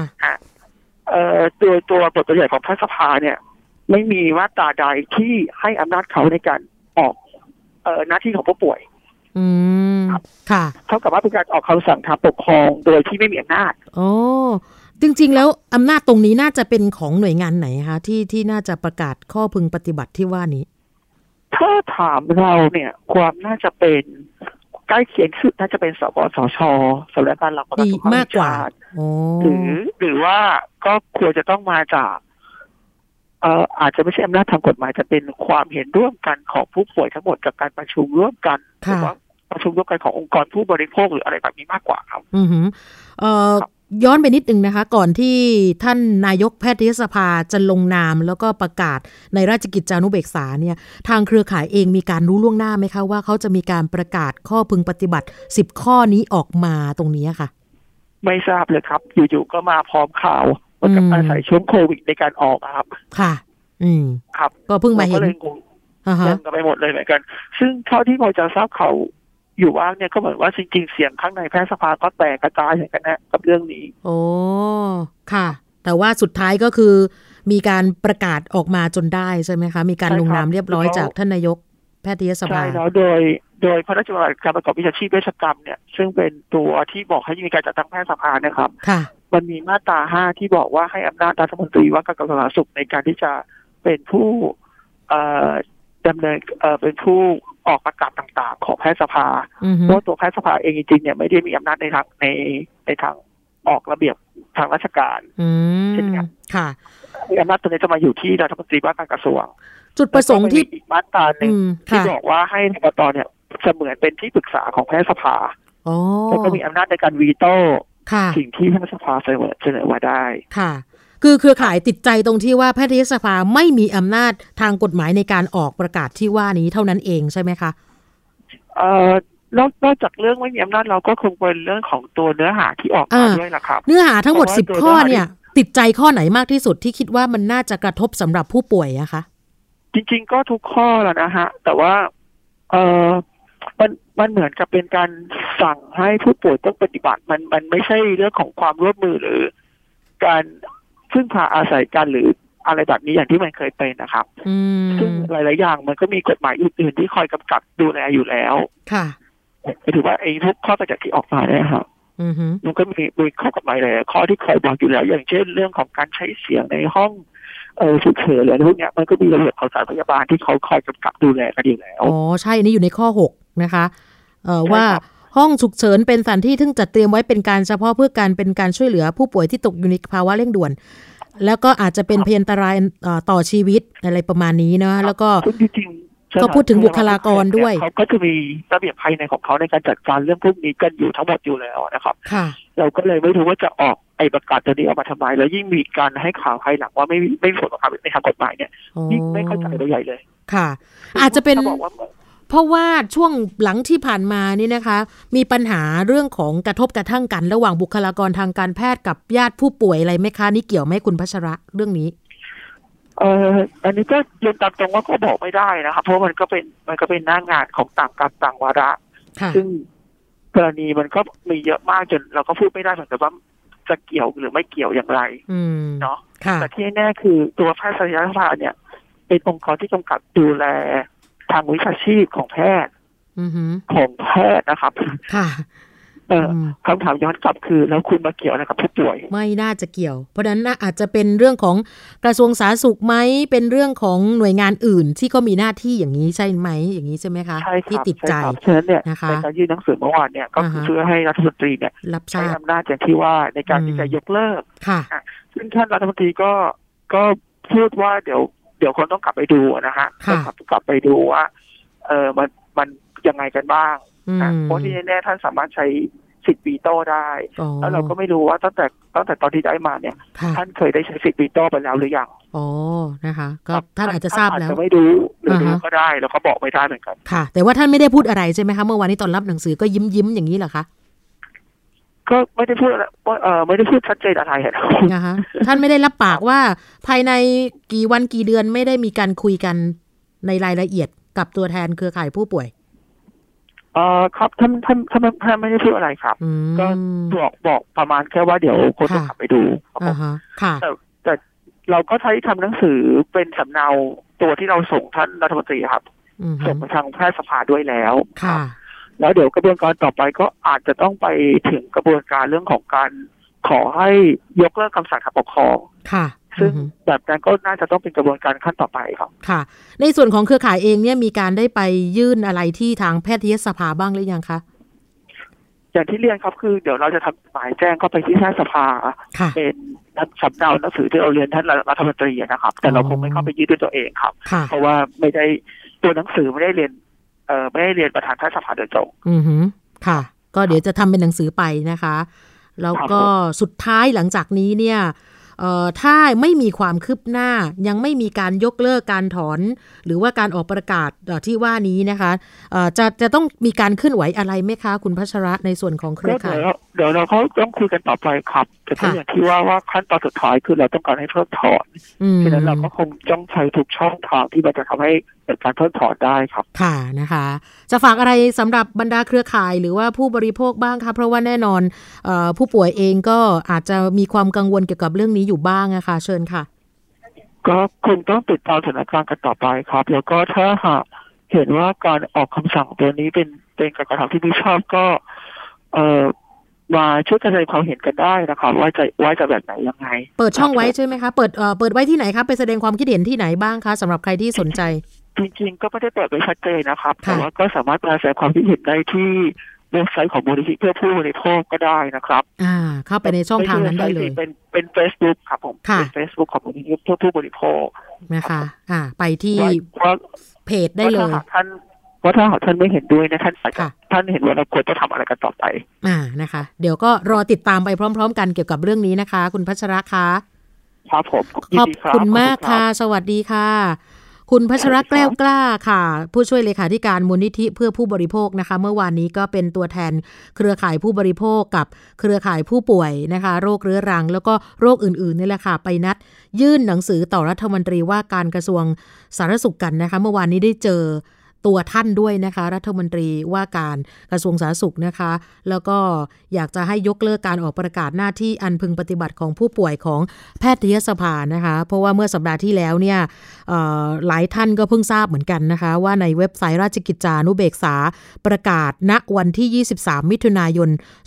ตัวบทบัญญัติของแพทยสภาเนี่ยไม่มีมาตราใดที่ให้อำนาจเขาในการออกหน้าที่ของผู้ป่วย
ค่ะ
เท่ากับว่าเป็นการออกคำสั่งทางปกครองโดยที่ไม่มีอำนาจ
จริงๆแล้วอำนาจตรงนี้น่าจะเป็นของหน่วยงานไหนคะที่น่าจะประกาศข้อพึงปฏิบัติที่ว่านี้
ถ้าถามเราเนี่ยความน่าจะเป็นใกล้เคียงสุดน่าจะเป็นสปสช.สำนักงานหลักประกันสุขภาพแห่งชาติหรือว่าก็ควรจะต้องมาจากอาจจะไม่ใช่อำนาจทางกฎหมายจะเป็นความเห็นร่วมกันของผู้ป่วยทั้งหมดจากการประชุมร่วมกันหรือว่าประชุมร่วมกันขององค์กรผู้บริโภคหรืออะไรแบบนี้มากกว่าครับ
ย้อนไปนิดนึงนะคะก่อนที่ท่านนายกแพทยสภาจะลงนามแล้วก็ประกาศในราชกิจจานุเบกษาเนี่ยทางเครือข่ายเองมีการรู้ล่วงหน้าไหมคะว่าเขาจะมีการประกาศข้อพึงปฏิบัติ10ข้อนี้ออกมาตรงนี้ค่ะ
ไม่ทราบเลยครับอยู่ๆก็มาพร้อมข่าวว่ากับอาศัยช่วงโควิดในการออกครับ
ค่ะ
ครับ
ก็เพิ่งมาเห็น
ก็เลยงงกันไปหมดเลยเหมือนกันซึ่งเท่าที่พอจะทราบข่าวอยู่ว่าเนี่ยก็เหมือนว่าจริงๆเสียงข้างในแพทยสภาก็แตกกระจายเหมือนกันนะกับเรื่องนี้
โอ้ค่ะแต่ว่าสุดท้ายก็คือมีการประกาศออกมาจนได้ใช่ไหมคะมีการลงนามเรียบร้อยจากท่านนายกแพทยสภา
ใช่แล้วโดยพระราชบัญญัติการประกอบวิชาชีพเวชกรรมเนี่ยซึ่งเป็นตัวที่บอกให้มีการจัดตั้งแพทยสภานะครับมันมีมาตรา5ที่บอกว่าให้อำนาจรัฐมนตรีว่าการกระทรวงสาธารณสุขในการที่จะเป็นผู้ดำเนินเป็นผู้ออกประกาศต่างๆของแพทยสภาเพราะตัวแพทยสภาเองจริงๆเนี่ยไม่ได้มีอำนาจในทางออกระเบียบทางราชการ
ใช่ไหมค่ะ
อำนาจตัวนี้จะมาอยู่ที่รัฐมนตรีว่าการกระทรวง
จุดประสงค์ที่
อีกมาตราหนึ่งที่บอกว่าให้กต.เนี่ยเสมือนเป็นที่ปรึกษาของแพทยสภาแล้วก็มีอำนาจในการวีโต้สิ่งที่แพทยสภาเสนอมาได้
ค่ะคือเครือข่ายติดใจตรงที่ว่าแพทยสภาไม่มีอำนาจทางกฎหมายในการออกประกาศที่ว่านี้เท่านั้นเองใช่ไหมคะ
นอกจากเรื่องไม่มีอำนาจเราก็คงเป็นเรื่องของตัวเนื้อหาที่ออกมาด้วยล่ะครับ
เนื้อหาทั้งหมด10ข้อเนี่ยติดใจข้อไหนมากที่สุดที่คิดว่ามันน่าจะกระทบสำหรับผู้ป่วยอะคะ
จริงๆก็ทุกข้อแหละนะฮะแต่ว่ามันเหมือนกับเป็นการสั่งให้ผู้ป่วยต้องปฏิบัติมันไม่ใช่เรื่องของความร่วมมือหรือการพึ่งพาอาศัยกันหรืออะไรแบบนี้อย่างที่มันเคยเป็นนะครับซึ่งหลายๆอย่างมันก็มีกฎหมายอื่นๆที่คอยกำกับดูแลอยู่แล้ว
ค่ะ
ถือว่าไอ้ทุกข้อประจักษ์ที่ออกมาเนี่ยครับมันก็มีข้อกฎหมายหลายข้อที่คอยบอกอยู่แล้วอย่างเช่นเรื่องของการใช้เสียงในห้องฉุกเฉินอะไรพวกนี้มันก็มีระเบียบข่าวสารพยาบาลที่เขาคอยกำกับดูแลกันอยู่แล้ว
อ๋อใช่นี่อยู่ในข้อนะคะว่าห้องฉุกเฉินเป็นสถานที่ที่จัดเตรียมไว้เป็นการเฉพาะเพื่อการช่วยเหลือผู้ป่วยที่ตกอยู่ในภาวะเร่งด่วนแล้วก็อาจจะเป็นพยันตรายต่อชีวิตอะไรประมาณนี้เนาะแล้วก็ก็พูดถึงบุคลากรด้วย
เขาก็จะมีระเบียบภายในของเขาในการจัดการเรื่องพวกนี้กันอยู่ทั้งหมดอยู่แล้วนะครับเราก็เลยไม่รู้ว่าจะออกประกาศตัวนี้ออกมาทำไมแล้วยิ่งมีการให้ข่าวภายหลังว่าไม่ผลประโยชน์ในทางกฎหมายเนี่ยยิ่งไม่เข้าใจตัวใหญ่เลย
ค่ะอาจจะเป็นเพราะว่าช่วงหลังที่ผ่านมานี่นะคะมีปัญหาเรื่องของกระทบกระทั่งกันระหว่างบุคลากรทางการแพทย์กับญาติผู้ป่วยอะไรไหมคะนี่เกี่ยวไหมคุณพัชระเรื่องนี้
อันนี้ก็เรียนตามตรงว่าก็บอกไม่ได้นะคะเพราะมันก็เป็นหน้างานของต่างกรรมต่างวาระซึ่งกรณีมันก็มีเยอะมากจนเราก็พูดไม่ได้เหมือนกันว่าจะเกี่ยวหรือไม่เกี่ยวอย่างไรเนาะแต่ที่แน่คือตัวแพทยสภาเนี่ยเป็นองค์กรที่กำกับดูแลทางวิชาชีพของแพทย์ของแพทย์นะครับคำถามย้อนกลับคือแล้วคุณมาเกี่ยวอะไรกับผู้ป่วย
ไม่น่าจะเกี่ยวเพราะฉะนั้นอาจจะเป็นเรื่องของกระทรวงสาธารณสุขไหมเป็นเรื่องของหน่วยงานอื่นที่ก็มีหน้าที่อย่างนี้ใช่ไหมอย่างนี้ใช่ไหมคะที่ติดใจ
ฉะนั้นเนี่ยในการยื่นหนังสือเมื่อวานเนี่ยก็คือเพื่อให้รัฐมนตรีเนี่ยใช้อำนาจอย่างที่ว่าในการที่จะยกเลิกซึ่งท่านรัฐมนตรีก็พูดว่าเดี๋ยวคนต้องกลับไปดูนะฮะกลับไปดูว่ามันยังไงกันบ้างเพราะที่แน่ท่านสามารถใช้สิทธิ์วีโต้ได้แล้วเราก็ไม่รู้ว่าตั้งแต่ตอนที่ได้มาเนี่ยท่านเคยได้ใช้สิทธิ์วีโต้ไปแล้วหรือยัง
อ๋อนะคะก็ท่านอาจจะทราบแล้ว
อาจจะไม่รู้หรือรู้ก็ได้แล้วก็บอกไม่ได้เหมือนกัน
ค่ะแต่ว่าท่านไม่ได้พูดอะไรใช่ไหมคะเมื่อวานนี้ตอนรับหนังสือก็ยิ้มอย่างนี้เหรอคะ
ก็ไม่ได้พูดไม่ได้พูดชัดเจนอะไร
นะคะท่านไม่ได้รับปากว่าภายในกี่วันกี่เดือนไม่ได้มีการคุยกันในรายละเอียดกับตัวแทนเครือข่ายผู้ป่วย
ครับท่านไม่ได้พูดอะไรครับก็บอกประมาณแค่ว่าเดี๋ยวคนจะกลับไปดูแต่เราก็ใช้ทำหนังสือเป็นสำเนาตัวที่เราส่งท่านรัฐมนตรีครับส่งไปทางแพทยสภาด้วยแล้วแล้วเดี๋ยวกระบวนการต่อไปก็อาจจะต้องไปถึงกระบวนการเรื่องของการขอให้ยกเลิกคำสั่งปกครองซึ่งแบบนั้นก็น่าจะต้องเป็นกระบวนการขั้นต่อไปครับ
ค่ะในส่วนของเครือข่ายเองเนี่ยมีการได้ไปยื่นอะไรที่ทางแพทยสภาบ้างหรือยังคะ
อย่างที่เรียนครับคือเดี๋ยวเราจะทำหมายแจ้งเข้าไปที่แพทยสภาเป็นสำเนาหนังสือที่เราเรียนท่านรัฐมนตรีนะครับแต่เราคงไม่เข้าไปยื่นด้วยตัวเองครับเพราะว่าไม่ได้ตัวหนังสือไม่ได้เรียนประธานแพทยสภาโดยตรง
ค่ะก็เดี๋ยวจะทำเป็นหนังสือไปนะคะแล้วก็สุดท้ายหลังจากนี้เนี่ยถ้าไม่มีความคืบหน้ายังไม่มีการยกเลิกการถอนหรือว่าการออกประกาศที่ว่านี้นะคะจะต้องมีการเคลื่อนไหวอะไรไหมคะคุณพัชระในส่วนของเครือข่าย
เดี๋ยวเราเขาต้องคุยกันต่อไปครับแต่ก็อย่างที่ว่าขั้นตอนสุดท้ายคือเราต้องการให้เพิกถอนฉะนั้นเราก็คงต้องใช้ทุกช่องทางที่มันจะทำให้เกิดการเพิกถอนได้ครับ
ค่ะนะคะจะฝากอะไรสำหรับบรรดาเครือข่ายหรือว่าผู้บริโภคบ้างคะเพราะว่าแน่นอนผู้ป่วยเองก็อาจจะมีความกังวลเกี่ยวกับเรื่องนี้อยู่บ้างนะคะเชิญค่ะ
ก็คงต้องติดตามสถานการณ์กันต่อไปครับแล้วก็ถ้าหากเห็นว่าการออกคำสั่งตัวนี้เป็นการกระทำที่ไม่ชอบก็มาช่วยกันแสดงความเห็นกันได้นะครับว่าจะแบบไหนยังไง
เปิดช่องไว้ใช่ไหมคะเปิดไว้ที่ไหนครับไปแสดงความคิดเห็นที่ไหนบ้างคะสำหรับใครที่สนใจ
จริงๆก็ไม่ได้เปิดไว้ชัดเจนนะครับแต่ว่าก็สามารถมาแสดงความคิดเห็นได้ที่เว็บไซต์ของมูลนิธิเพื่อผู้บริโภคก็ได้นะครับ
เข้าไปในช่องทางนั้นได้เลย
เป็น Facebook ครับผมเป็น Facebook ของมูลนิธิเพื่อผู้บริโภค
นะคะไปที่เพจได้เลย
ว่าถ้าท่านไม่เห็นด้วยนะท่านเห็นว่าเราควรจะทำอะไรกันต่อไป
นะคะเดี๋ยวก็รอติดตามไปพร้อมๆกันเกี่ยวกับเรื่องนี้นะคะคุณพัชระคะ
ครับผม
ขอบคุณมากค่ะสวัสดีค่ะคุณพัชระแก้วกล้าค่ะผู้ช่วยเลขาธิการมูลนิธิเพื่อผู้บริโภคนะคะเมื่อวานนี้ก็เป็นตัวแทนเครือข่ายผู้บริโภคกับเครือข่ายผู้ป่วยนะคะโรคเรื้อรังแล้วก็โรคอื่นๆนี่แหละค่ะไปนัดยื่นหนังสือต่อรัฐมนตรีว่าการกระทรวงสาธารณสุขกันนะคะเมื่อวานนี้ได้เจอตัวท่านด้วยนะคะรัฐมนตรีว่าการกระทรวงสาธารณสุขนะคะแล้วก็อยากจะให้ยกเลิกการออกประกาศหน้าที่อันพึงปฏิบัติของผู้ป่วยของแพทยสภานะคะเพราะว่าเมื่อสัปดาห์ที่แล้วเนี่ยหลายท่านก็เพิ่งทราบเหมือนกันนะคะว่าในเว็บไซต์ราชกิจจานุเบกษาประกาศณวันที่23มิถุนายน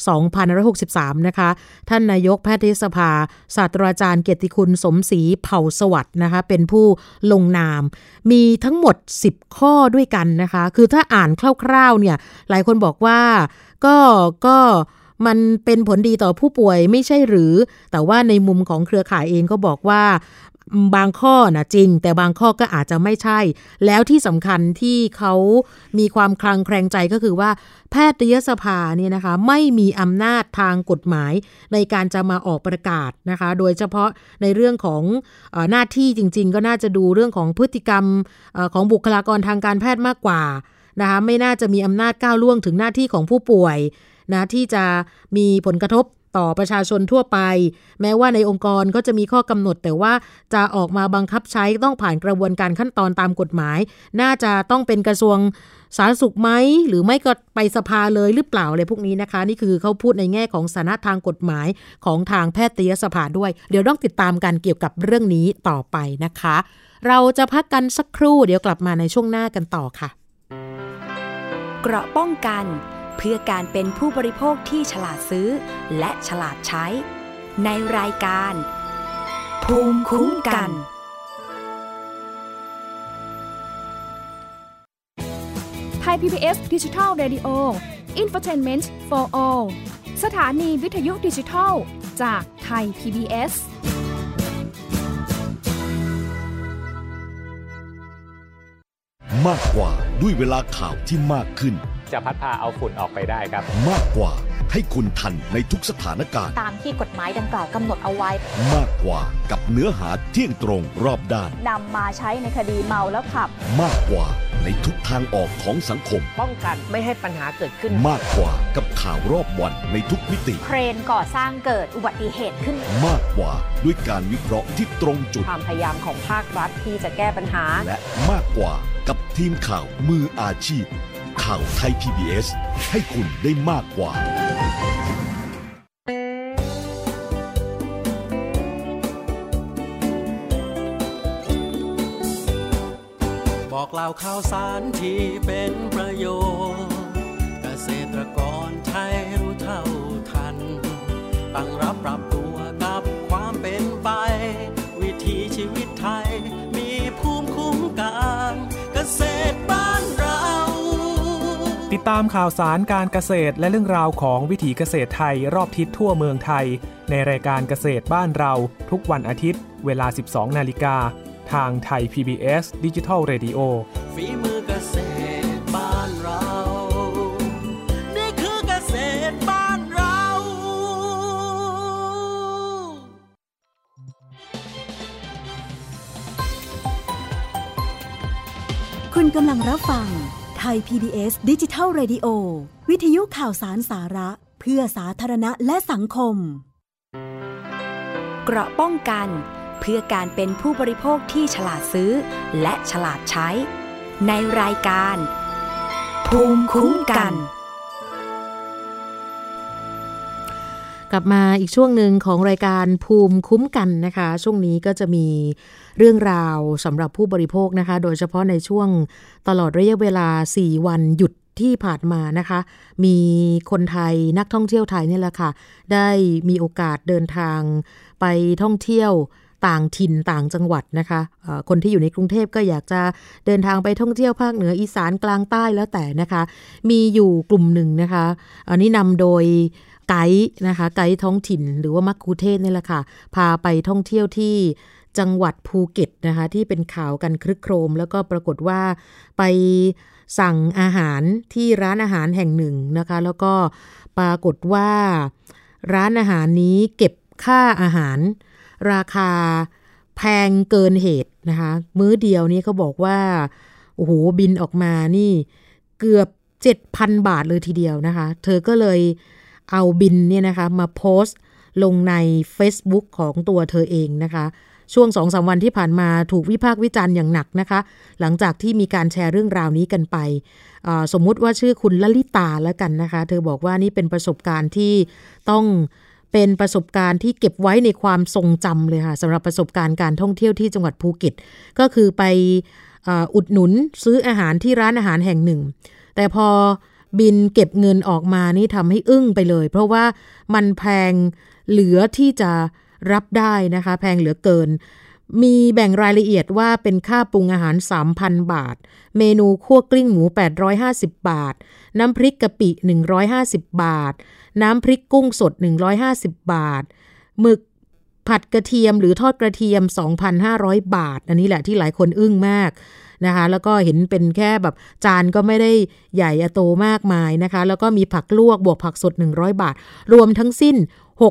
2563นะคะท่านนายกแพทยสภาศาสตราจารย์เกียรติคุณสมศรีเผ่าสวัสดิ์นะคะเป็นผู้ลงนามมีทั้งหมด10ข้อด้วยกันกันนะคะคือถ้าอ่านคร่าวๆเนี่ยหลายคนบอกว่าก็มันเป็นผลดีต่อผู้ป่วยไม่ใช่หรือแต่ว่าในมุมของเครือข่ายเองก็บอกว่าบางข้อนะจริงแต่บางข้อก็อาจจะไม่ใช่แล้วที่สำคัญที่เขามีความคลางแคลงใจก็คือว่าแพทยสภาเนี่ยนะคะไม่มีอำนาจทางกฎหมายในการจะมาออกประกาศนะคะโดยเฉพาะในเรื่องของหน้าที่จริงๆก็น่าจะดูเรื่องของพฤติกรรมของบุคลากรทางการแพทย์มากกว่านะคะไม่น่าจะมีอำนาจก้าวล่วงถึงหน้าที่ของผู้ป่วยนะที่จะมีผลกระทบต่อประชาชนทั่วไปแม้ว่าในองค์กรก็จะมีข้อกำหนดแต่ว่าจะออกมาบังคับใช้ต้องผ่านกระบวนการขั้นตอนตามกฎหมายน่าจะต้องเป็นกระทรวงสาธารณสุขไหมหรือไม่ก็ไปสภาเลยหรือเปล่าอะไรพวกนี้นะคะนี่คือเขาพูดในแง่ของสถานะทางกฎหมายของทางแพทยสภาด้วยเดี๋ยวต้องติดตามกันเกี่ยวกับเรื่องนี้ต่อไปนะคะเราจะพักกันสักครู่เดี๋ยวกลับมาในช่วงหน้ากันต่อค่ะ
เกราะป้องกันเพื่อการเป็นผู้บริโภคที่ฉลาดซื้อและฉลาดใช้ในรายการภูมิคุ้มกัน
ไทย PBS Digital Radio Infotainment for All สถานีวิทยุดิจิทัลจากไทย PBS
มากกว่าด้วยเวลาข่าวที่มากขึ้น
จะพัดพาเอาฝุ่นออกไปได้ครับ
มากกว่าให้คุณทันในทุกสถานการณ์
ตามที่กฎหมายดังกล่าวกำหนดเอาไว้
มากกว่ากับเนื้อหาเที่ยงตรงรอบด้าน
นำมาใช้ในคดีเมาแล้วขับ
มากกว่าในทุกทางออกของสังคม
ป้องกันไม่ให้ปัญหาเกิดขึ้น
มากกว่ากับข่าวรอบวันในทุกมิติ
เครนก่อสร้างเกิดอุบัติเหตุขึ้น
มากกว่าด้วยการวิเคราะห์ที่ตรงจุด
ความพยายามของภาครัฐที่จะแก้ปัญหา
และมากกว่ากับทีมข่าวมืออาชีพข่าวไทย PBS ให้คุณได้มากกว่า
บอกเล่าข่าวสารที่เป็นประโยชน์เกษตรกรไทยรู้เท่าทันตั้งรับปรับตัวกับความเป็นไปวิถีชีวิตไทยมีภูมิคุ้มกันเกษตรบ้านเรา
ติดตามข่าวสารการเกษตรและเรื่องราวของวิถีเกษตรไทยรอบทิศทั่วเมืองไทยในรายการเกษตรบ้านเราทุกวันอาทิตย์เวลา 12:00 น.ทางไทย PBS Digital Radio
ฝีมือเกษตรบ้านเรานี่คือเกษตรบ้านเรา
คุณกำลังรับฟังไทย PBS Digital Radio วิทยุข่าวสารสาระเพื่อสาธารณะและสังคม
เกราะป้องกันเพื่อการเป็นผู้บริโภคที่ฉลาดซื้อและฉลาดใช้ในรายการภูมิคุ้มกัน
กลับมาอีกช่วงหนึ่งของรายการภูมิคุ้มกันนะคะช่วงนี้ก็จะมีเรื่องราวสำหรับผู้บริโภคนะคะโดยเฉพาะในช่วงตลอดระยะเวลา4วันหยุดที่ผ่านมานะคะมีคนไทยนักท่องเที่ยวไทยนี่แหละค่ะได้มีโอกาสเดินทางไปท่องเที่ยวต่างถิ่นต่างจังหวัดนะคะคนที่อยู่ในกรุงเทพก็อยากจะเดินทางไปท่องเที่ยวภาคเหนืออีสานกลางใต้แล้วแต่นะคะมีอยู่กลุ่มหนึ่งนะคะอันนี้นำโดยไกด์นะคะไกด์ท้องถิ่นหรือว่ามัคคุเทศก์นี่แหละค่ะพาไปท่องเที่ยวที่จังหวัดภูเก็ตนะคะที่เป็นข่าวกันครึกโครมแล้วก็ปรากฏว่าไปสั่งอาหารที่ร้านอาหารแห่งหนึ่งนะคะแล้วก็ปรากฏว่าร้านอาหารนี้เก็บค่าอาหารราคาแพงเกินเหตุนะคะมื้อเดียวนี้เขาบอกว่าโอ้โหบินออกมานี่เกือบ 7,000 บาทเลยทีเดียวนะคะเธอก็เลยเอาบินเนี่ยนะคะมาโพสต์ลงใน Facebook ของตัวเธอเองนะคะช่วง 2-3 วันที่ผ่านมาถูกวิพากษ์วิจารณ์อย่างหนักนะคะหลังจากที่มีการแชร์เรื่องราวนี้กันไปสมมุติว่าชื่อคุณลลิตาแล้วกันนะคะเธอบอกว่านี่เป็นประสบการณ์ที่ต้องเป็นประสบการณ์ที่เก็บไว้ในความทรงจำเลยค่ะสำหรับประสบการณ์การท่องเที่ยวที่จังหวัดภูเก็ตก็คือไปอุดหนุนซื้ออาหารที่ร้านอาหารแห่งหนึ่งแต่พอบินเก็บเงินออกมานี่ทำให้อึ้งไปเลยเพราะว่ามันแพงเหลือที่จะรับได้นะคะแพงเหลือเกินมีแบ่งรายละเอียดว่าเป็นค่าปรุงอาหาร 3,000 บาทเมนูคั่วกลิ้งหมู850 บาทน้ำพริกกะปิ150 บาทน้ำพริกกุ้งสด150 บาทหมึกผัดกระเทียมหรือทอดกระเทียม 2,500 บาทอันนี้แหละที่หลายคนอึ้งมากนะคะแล้วก็เห็นเป็นแค่แบบจานก็ไม่ได้ใหญ่โตมากมายนะคะแล้วก็มีผักลวกบวกผักสด100 บาทรวมทั้งสิ้น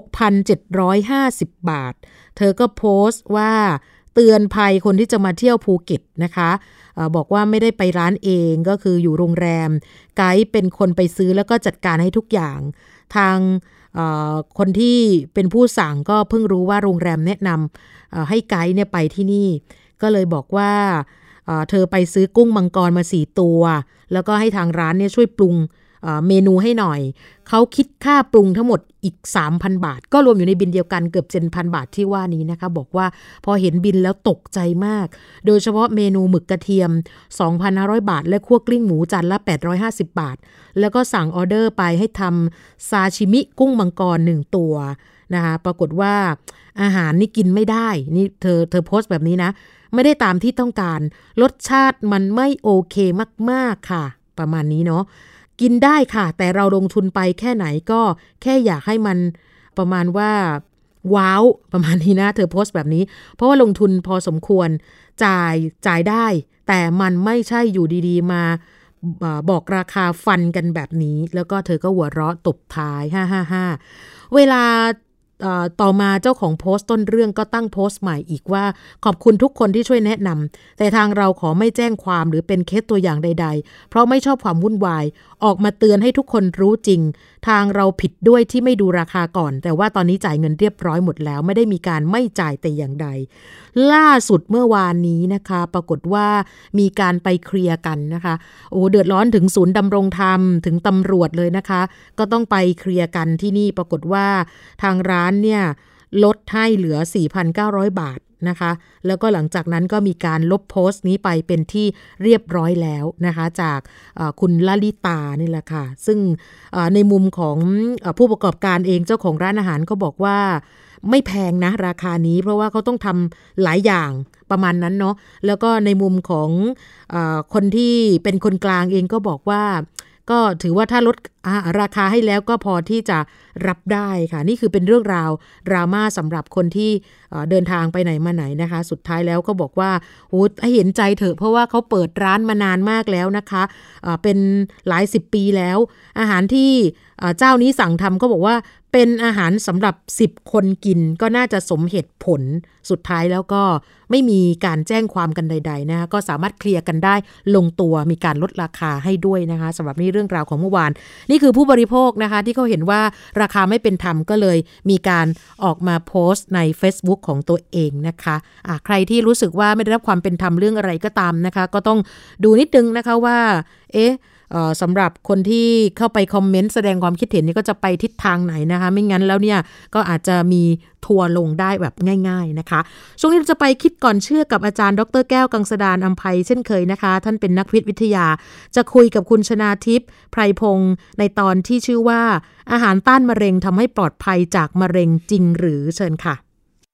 6,750 บาทเธอก็โพสต์ว่าเตือนภัยคนที่จะมาเที่ยวภูเก็ตนะคะบอกว่าไม่ได้ไปร้านเองก็คืออยู่โรงแรมไกด์เป็นคนไปซื้อแล้วก็จัดการให้ทุกอย่างทางคนที่เป็นผู้สั่งก็เพิ่งรู้ว่าโรงแรมแนะนำให้ไกด์เนี่ยไปที่นี่ก็เลยบอกว่าเธอไปซื้อกุ้งมังกรมา4 ตัวแล้วก็ให้ทางร้านเนี่ยช่วยปรุงเมนูให้หน่อยเขาคิดค่าปรุงทั้งหมดอีก 3,000 บาทก็รวมอยู่ในบินเดียวกันเกือบ 7,000 บาทที่ว่านี้นะคะบอกว่าพอเห็นบินแล้วตกใจมากโดยเฉพาะเมนูหมึกกระเทียม 2,500 บาทและคั่วกลิ้งหมูจานละ850 บาทแล้วก็สั่งออเดอร์ไปให้ทำซาชิมิกุ้งมังกร1 ตัวนะคะปรากฏว่าอาหารนี่กินไม่ได้นี่เธอโพสต์แบบนี้นะไม่ได้ตามที่ต้องการรสชาติมันไม่โอเคมากๆค่ะประมาณนี้เนาะกินได้ค่ะแต่เราลงทุนไปแค่ไหนก็แค่อยากให้มันประมาณว่าว้าวประมาณนี้นะเธอโพสต์แบบนี้เพราะว่าลงทุนพอสมควรจ่ายได้แต่มันไม่ใช่อยู่ดีๆมาบอกราคาฟันกันแบบนี้แล้วก็เธอก็หัวเราะตบท้าย555เวลาต่อมาเจ้าของโพสต์ต้นเรื่องก็ตั้งโพสต์ใหม่อีกว่าขอบคุณทุกคนที่ช่วยแนะนำแต่ทางเราขอไม่แจ้งความหรือเป็นเคสตัวอย่างใดๆเพราะไม่ชอบความวุ่นวายออกมาเตือนให้ทุกคนรู้จริงทางเราผิดด้วยที่ไม่ดูราคาก่อนแต่ว่าตอนนี้จ่ายเงินเรียบร้อยหมดแล้วไม่ได้มีการไม่จ่ายแต่อย่างใดล่าสุดเมื่อวานนี้นะคะปรากฏว่ามีการไปเคลียร์กันนะคะโอ้เดือดร้อนถึงศูนย์ดำรงธรรมถึงตำรวจเลยนะคะก็ต้องไปเคลียร์กันที่นี่ปรากฏว่าทางร้านเนี่ยลดให้เหลือ 4,900 บาทนะคะแล้วก็หลังจากนั้นก็มีการลบโพสต์นี้ไปเป็นที่เรียบร้อยแล้วนะคะจากคุณลลิตานี่แหละค่ะซึ่งในมุมของผู้ประกอบการเองเจ้าของร้านอาหารก็บอกว่าไม่แพงนะราคานี้เพราะว่าเขาต้องทำหลายอย่างประมาณนั้นเนาะแล้วก็ในมุมของคนที่เป็นคนกลางเองก็บอกว่าก็ถือว่าถ้าลดราคาให้แล้วก็พอที่จะรับได้ค่ะนี่คือเป็นเรื่องราวดราม่าสำหรับคนที่เดินทางไปไหนมาไหนนะคะสุดท้ายแล้วก็บอกว่าโอ้ให้เห็นใจเถอะเพราะว่าเขาเปิดร้านมานานมากแล้วนะคะเป็นหลาย10 ปีแล้วอาหารที่เจ้านี้สั่งทำก็บอกว่าเป็นอาหารสำหรับ10 คนกินก็น่าจะสมเหตุผลสุดท้ายแล้วก็ไม่มีการแจ้งความกันใดๆนะคะก็สามารถเคลียร์กันได้ลงตัวมีการลดราคาให้ด้วยนะคะสำหรับนี่เรื่องราวของเมื่อวานนี่คือผู้บริโภคนะคะที่เขาเห็นว่าราคาไม่เป็นธรรมก็เลยมีการออกมาโพสต์ใน Facebook ของตัวเองนะคะใครที่รู้สึกว่าไม่ได้รับความเป็นธรรมเรื่องอะไรก็ตามนะคะก็ต้องดูนิดนึงนะคะว่าสำหรับคนที่เข้าไปคอมเมนต์แสดงความคิดเห็นนี่ก็จะไปทิศทางไหนนะคะไม่งั้นแล้วเนี่ยก็อาจจะมีทัวร์ลงได้แบบง่ายๆนะคะช่วงนี้เราจะไปคิดก่อนเชื่อกับอาจารย์ดร.แก้วกังสดาลอำไพเช่นเคยนะคะท่านเป็นนักวิทยาจะคุยกับคุณชนาทิพย์ไพรพงศ์ในตอนที่ชื่อว่าอาหารต้านมะเร็งทำให้ปลอดภัยจากมะเร็งจริงหรือเชิญค่ะ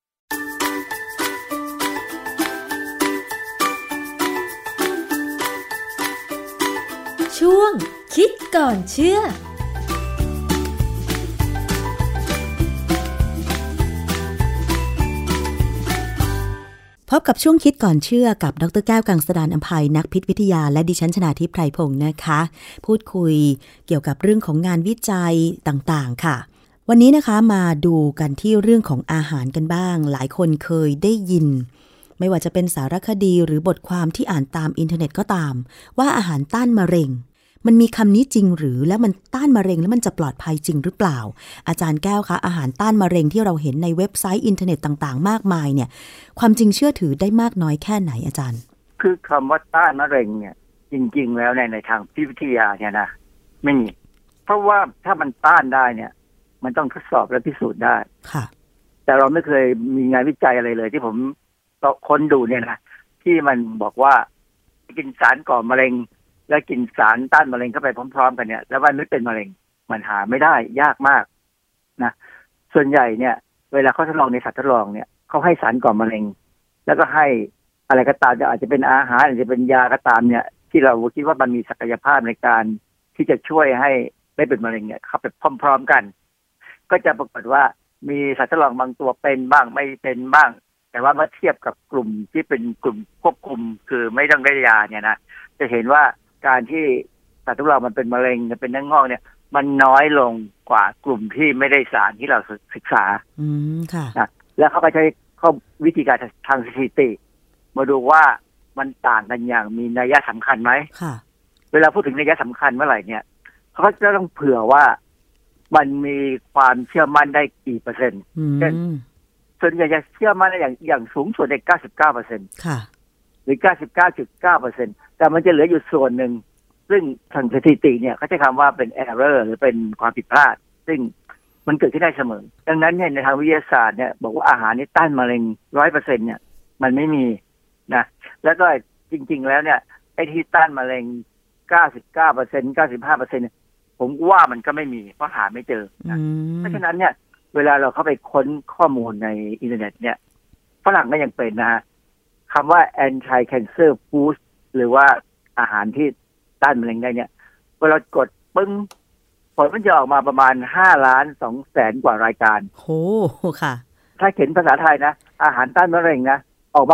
ช่วงคิดก่อนเชื่อพบกับช่วงคิดก่อนเชื่อกับดร.แก้วกังสดาลอำไพนักพิษวิทยาและดิฉันชนาทิพย์ไพรพงศ์นะคะพูดคุยเกี่ยวกับเรื่องของงานวิจัยต่างๆค่ะวันนี้นะคะมาดูกันที่เรื่องของอาหารกันบ้างหลายคนเคยได้ยินไม่ว่าจะเป็นสารคดีหรือบทความที่อ่านตามอินเทอร์เน็ตก็ตามว่าอาหารต้านมะเร็งมันมีคำนี้จริงหรือแล้วมันต้านมะเร็งแล้วมันจะปลอดภัยจริงหรือเปล่าอาจารย์แก้วคะอาหารต้านมะเร็งที่เราเห็นในเว็บไซต์อินเทอร์เน็ตต่างๆมากมายเนี่ยความจริงเชื่อถือได้มากน้อยแค่ไหนอาจารย์
คือคำว่าต้านมะเร็งเนี่ยจริงๆแล้วในทางวิทยาเนี่ยนะไม่มีเพราะว่าถ้ามันต้านได้เนี่ยมันต้องทดสอบและพิสูจน์ได้
ค่ะ
แต่เราไม่เคยมีงานวิจัยอะไรเลยที่ผมค้นดูเนี่ยนะที่มันบอกว่ากินสารก่อมะเร็งแล้วกินสารต้านมะเร็งเข้าไปพร้อมๆกันเนี่ยแล้วมันไม่เป็นมะเร็งมันหาไม่ได้ยากมากนะส่วนใหญ่เนี่ยเวลาเขาทดลองในสัตว์ทดลองเนี่ยเขาให้สารก่อมะเร็งแแล้วก็ให้อะไรก็ตามอาจจะเป็นอาหารอาจจะเป็นยาก็ตามเนี่ยที่เราคิดว่ามันมีศักยภาพในการที่จะช่วยให้ไม่เป็นมะเร็งเนี่ยเข้าไปพร้อมๆกันก็จะปรากฏว่ามีสัตว์ทดลองบางตัวเป็นบ้างไม่เป็นบ้างแต่ว่าเมื่อเทียบกับกลุ่มที่เป็นกลุ่มควบคุมคือไม่ต้องได้ยาเนี่ยนะจะเห็นว่าการที่สัตว์ทดลองมันเป็นมะเร็งเป็นเนื้องอกเนี่ยมันน้อยลงกว่ากลุ่มที่ไม่ได้สารที่เราศึกษา
ค่ะ
นะแล้วเขาก็ใช้ข้อวิธีการทางสถิติมาดูว่ามันต่างกันอย่างมีนัยสำคัญไหม
ค่ะ
เวลาพูดถึงนัยสำคัญเมื่อไหร่เนี่ยเขาก็จะต้องเผื่อว่ามันมีความเชื่อมั่นได้กี่เปอร์เซ็นต์เช่นส่วนใหญ่จะเชื่อมั่นได้อย่างสูงสุดใน 99%
ค่ะ
หรือ 99.9% แต่มันจะเหลืออยู่ส่วนหนึ่งซึ่งทางสถิติเนี่ยเขาใช้คำว่าเป็น error หรือเป็นความผิดพลาดซึ่งมันเกิดขึ้นได้เสมอดังนั้นเนี่ยในทางวิทยาศาสตร์เนี่ยบอกว่าอาหารนี้ต้านมะเร็ง 100% เนี่ยมันไม่มีนะแล้วก็จริงๆแล้วเนี่ยไอ้ที่ต้านมะเร็ง 99% 95% ผมว่ามันก็ไม่มีเพราะหาไม่เจอนะเพราะฉะนั้นเนี่ยเวลาเราเข้าไปค้นข้อมูลในอินเทอร์เน็ตเนี่ยฝรั่งก็ยังเป็นนะฮะคำว่า anti cancer food หรือว่าอาหารที่ต้านมะเร็งได้เนี่ยเวลากดปึ้งผลมันจะออกมาประมาณ5,200,000 กว่ารายการ
โหค่ะ
ถ้าเขียนภาษาไทยนะอาหารต้านมะเร็งนะออกมา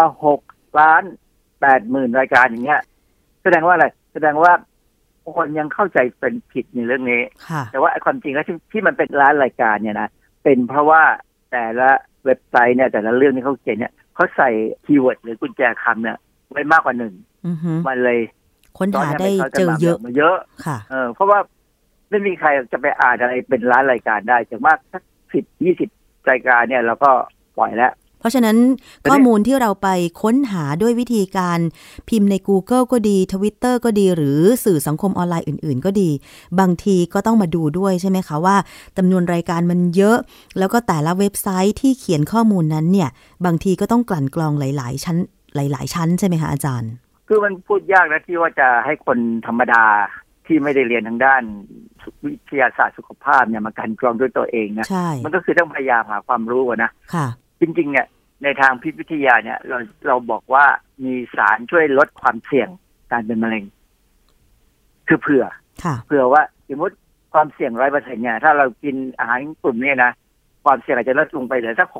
6,80,000 รายการอย่างเงี้ยแสดงว่าอะไรแสดงว่าคนยังเข้าใจเป็นผิดในเรื่องนี้แต่ว่าความจริงแล้วที่มันเป็นล้านรายการเนี่ยนะเป็นเพราะว่าแต่ละเว็บไซต์เนี่ยแต่ละเรื่องที่เขาเขียนเนี่ยเขาใส่คีย์เวิร์ดหรือกุญแจคำเนี่ยไว้มากกว่าหนึ่งมันเลย
ค้นหาได้เจอเย
อะค่ะเพราะว่าไม่มีใครจะไปอ่านอะไรเป็นล้านรายการได้จากมากสัก10-20 รายการเนี่ยเราก็ปล่อยแล้ว
เพราะฉะนั้นข้อมูลที่เราไปค้นหาด้วยวิธีการพิมพ์ใน Google ก็ดี Twitter ก็ดีหรือสื่อสังคมออนไลน์อื่นๆก็ดีบางทีก็ต้องมาดูด้วยใช่ไหมคะว่าจำนวนรายการมันเยอะแล้วก็แต่ละเว็บไซต์ที่เขียนข้อมูลนั้นเนี่ยบางทีก็ต้องกลั่นกรองหลายๆชั้นใช่ไหมคะอาจารย์
คือมันพูดยากนะที่ว่าจะให้คนธรรมดาที่ไม่ได้เรียนทางด้านวิทยาศาสตร์สุขภาพเนี่ยมากลั่นกรองด้วยตัวเองนะมันก็คือต้องพยายามหาความรู้นะจริงๆเนี่ยในทางพิษวิทยาเนี่ยเราบอกว่ามีสารช่วยลดความเสี่ยงการเป็นมะเร็งคือเผื่อว่าสมมติความเสี่ยง 100% เนี่ยถ้าเรากินอาหารกลุ่มนี้นะความเสี่ยงอาจจะลดลงไปเหลือสัก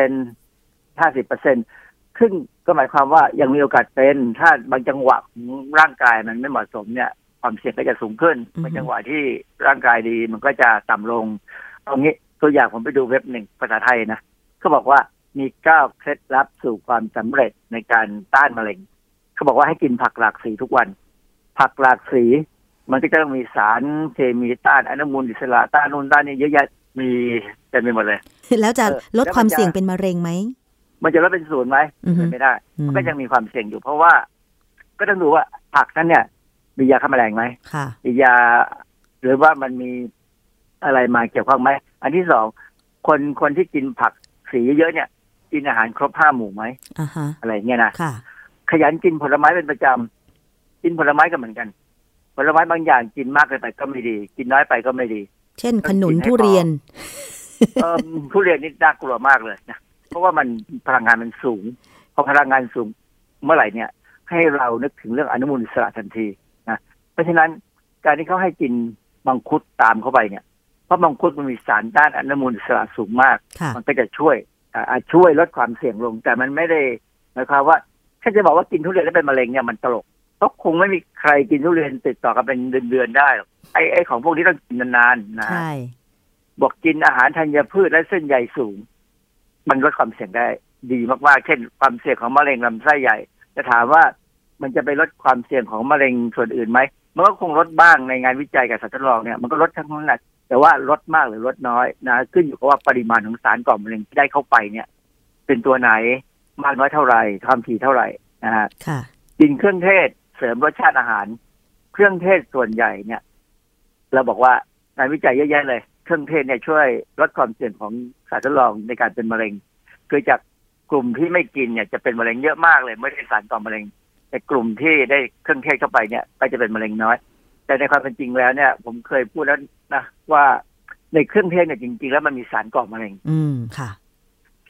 60% 50% ครึ่งก็หมายความว่ายังมีโอกาสเป็นถ้าบางจังหวะของร่างกายมันไม่เหมาะสมเนี่ยความเสี่ยงก็จะสูงขึ้นบางจังหวะที่ร่างกายดีมันก็จะต่ำลงเอางี้ตัวอย่างผมไปดูเว็บหนึ่งภาษาไทยนะเขาบอกว่ามี9เคล็ดลับสู่ความสำเร็จในการต้านมะเร็งเขาบอกว่าให้กินผักหลากสีทุกวันผักหลากสีมันก็จะต้องมีสารเคมีต้านอนุมูลอิสระต้านนู่นต้านนี่เยอะแยะมีเต็มไปหมดเลย
แล้วจะลดความเสี่ยงเป็นมะเร็งไหม
มันจะลดเป็น0ไหมไม่ได้มันก็ยังมีความเสี่ยงอยู่เพราะว่าก็ต้องดูว่าผักนั้นเนี่ยมียาฆ่าแมลงไหมมียาหรือว่ามันมีอะไรมาเกี่ยวข้องไหมอันที่สองคนที่กินผักสีเยอะเนี่ยกินอาหารครบ5 หมู่ไหมอะไรเงี้ยนะขยันกินผลไม้เป็นประจำกินผลไม้ก็เหมือนกันผลไม้บางอย่างกินมากเกินไปก็ไม่ดีกินน้อยไปก็ไม่ดี
เช่นขนุนทุเรียน
ทุเรียนนี่น่ากลัวมากเลยนะเพราะว่ามันพลังงานมันสูงพอพลังงานสูงเมื่อไหร่เนี่ยให้เรานึกถึงเรื่องอนุมูลอิสระทันทีนะเพราะฉะนั้นการที่เขาให้กินมังคุดตามเข้าไปเนี่ยเพราะมังคุดมันมีสารต้านอนุมูลอิสระสูงมากมันก็จะช่วยลดความเสี่ยงลงแต่มันไม่ได้หมายความว่าแค่จะบอกว่ากินทุเรียนแล้วเป็นมะเร็งเนี่ยมันตลกเพราะคงไม่มีใครกินทุเรียนติดต่อกันเป็นเดือนๆได้ไอ้ของพวกนี้ต้องกินนานๆนะบอกกินอาหารธัญพืชและเส้นใยสูงมันลดความเสี่ยงได้ดีมากๆเช่นความเสี่ยงของมะเร็งลำไส้ใหญ่จะถามว่ามันจะไปลดความเสี่ยงของมะเร็งส่วนอื่นไหมมันก็คงลดบ้างในงานวิจัยกับสัตว์ทดลองเนี่ยมันก็ลดทั้งนั้นแหละแต่ว่าลดมากหรือลดน้อยนะขึ้นอยู่กับว่าปริมาณของสารก่อมะเร็งที่ได้เข้าไปเนี่ยเป็นตัวไหนมากน้อยเท่าไหร่ความถี่เท่าไหร่นะฮะกินเครื่องเทศเสริมรสชาติอาหารเครื่องเทศส่วนใหญ่เนี่ยเราบอกว่างานวิจัยเยอะแยะเลยเครื่องเทศเนี่ยช่วยลดความเสี่ยงของสัตว์ทดลองในการเป็นมะเร็งคือจากกลุ่มที่ไม่กินเนี่ยจะเป็นมะเร็งเยอะมากเลยไม่ได้สารก่อมะเร็งแต่กลุ่มที่ได้เครื่องเทศเข้าไปเนี่ยก็จะเป็นมะเร็งน้อยแต่ในความเป็นจริงแล้วเนี่ยผมเคยพูดแล้วนะว่าในเครื่องเทศเนี่ยจริงๆแล้วมันมีสารก่อมะเร็ง
ค่ะ
ท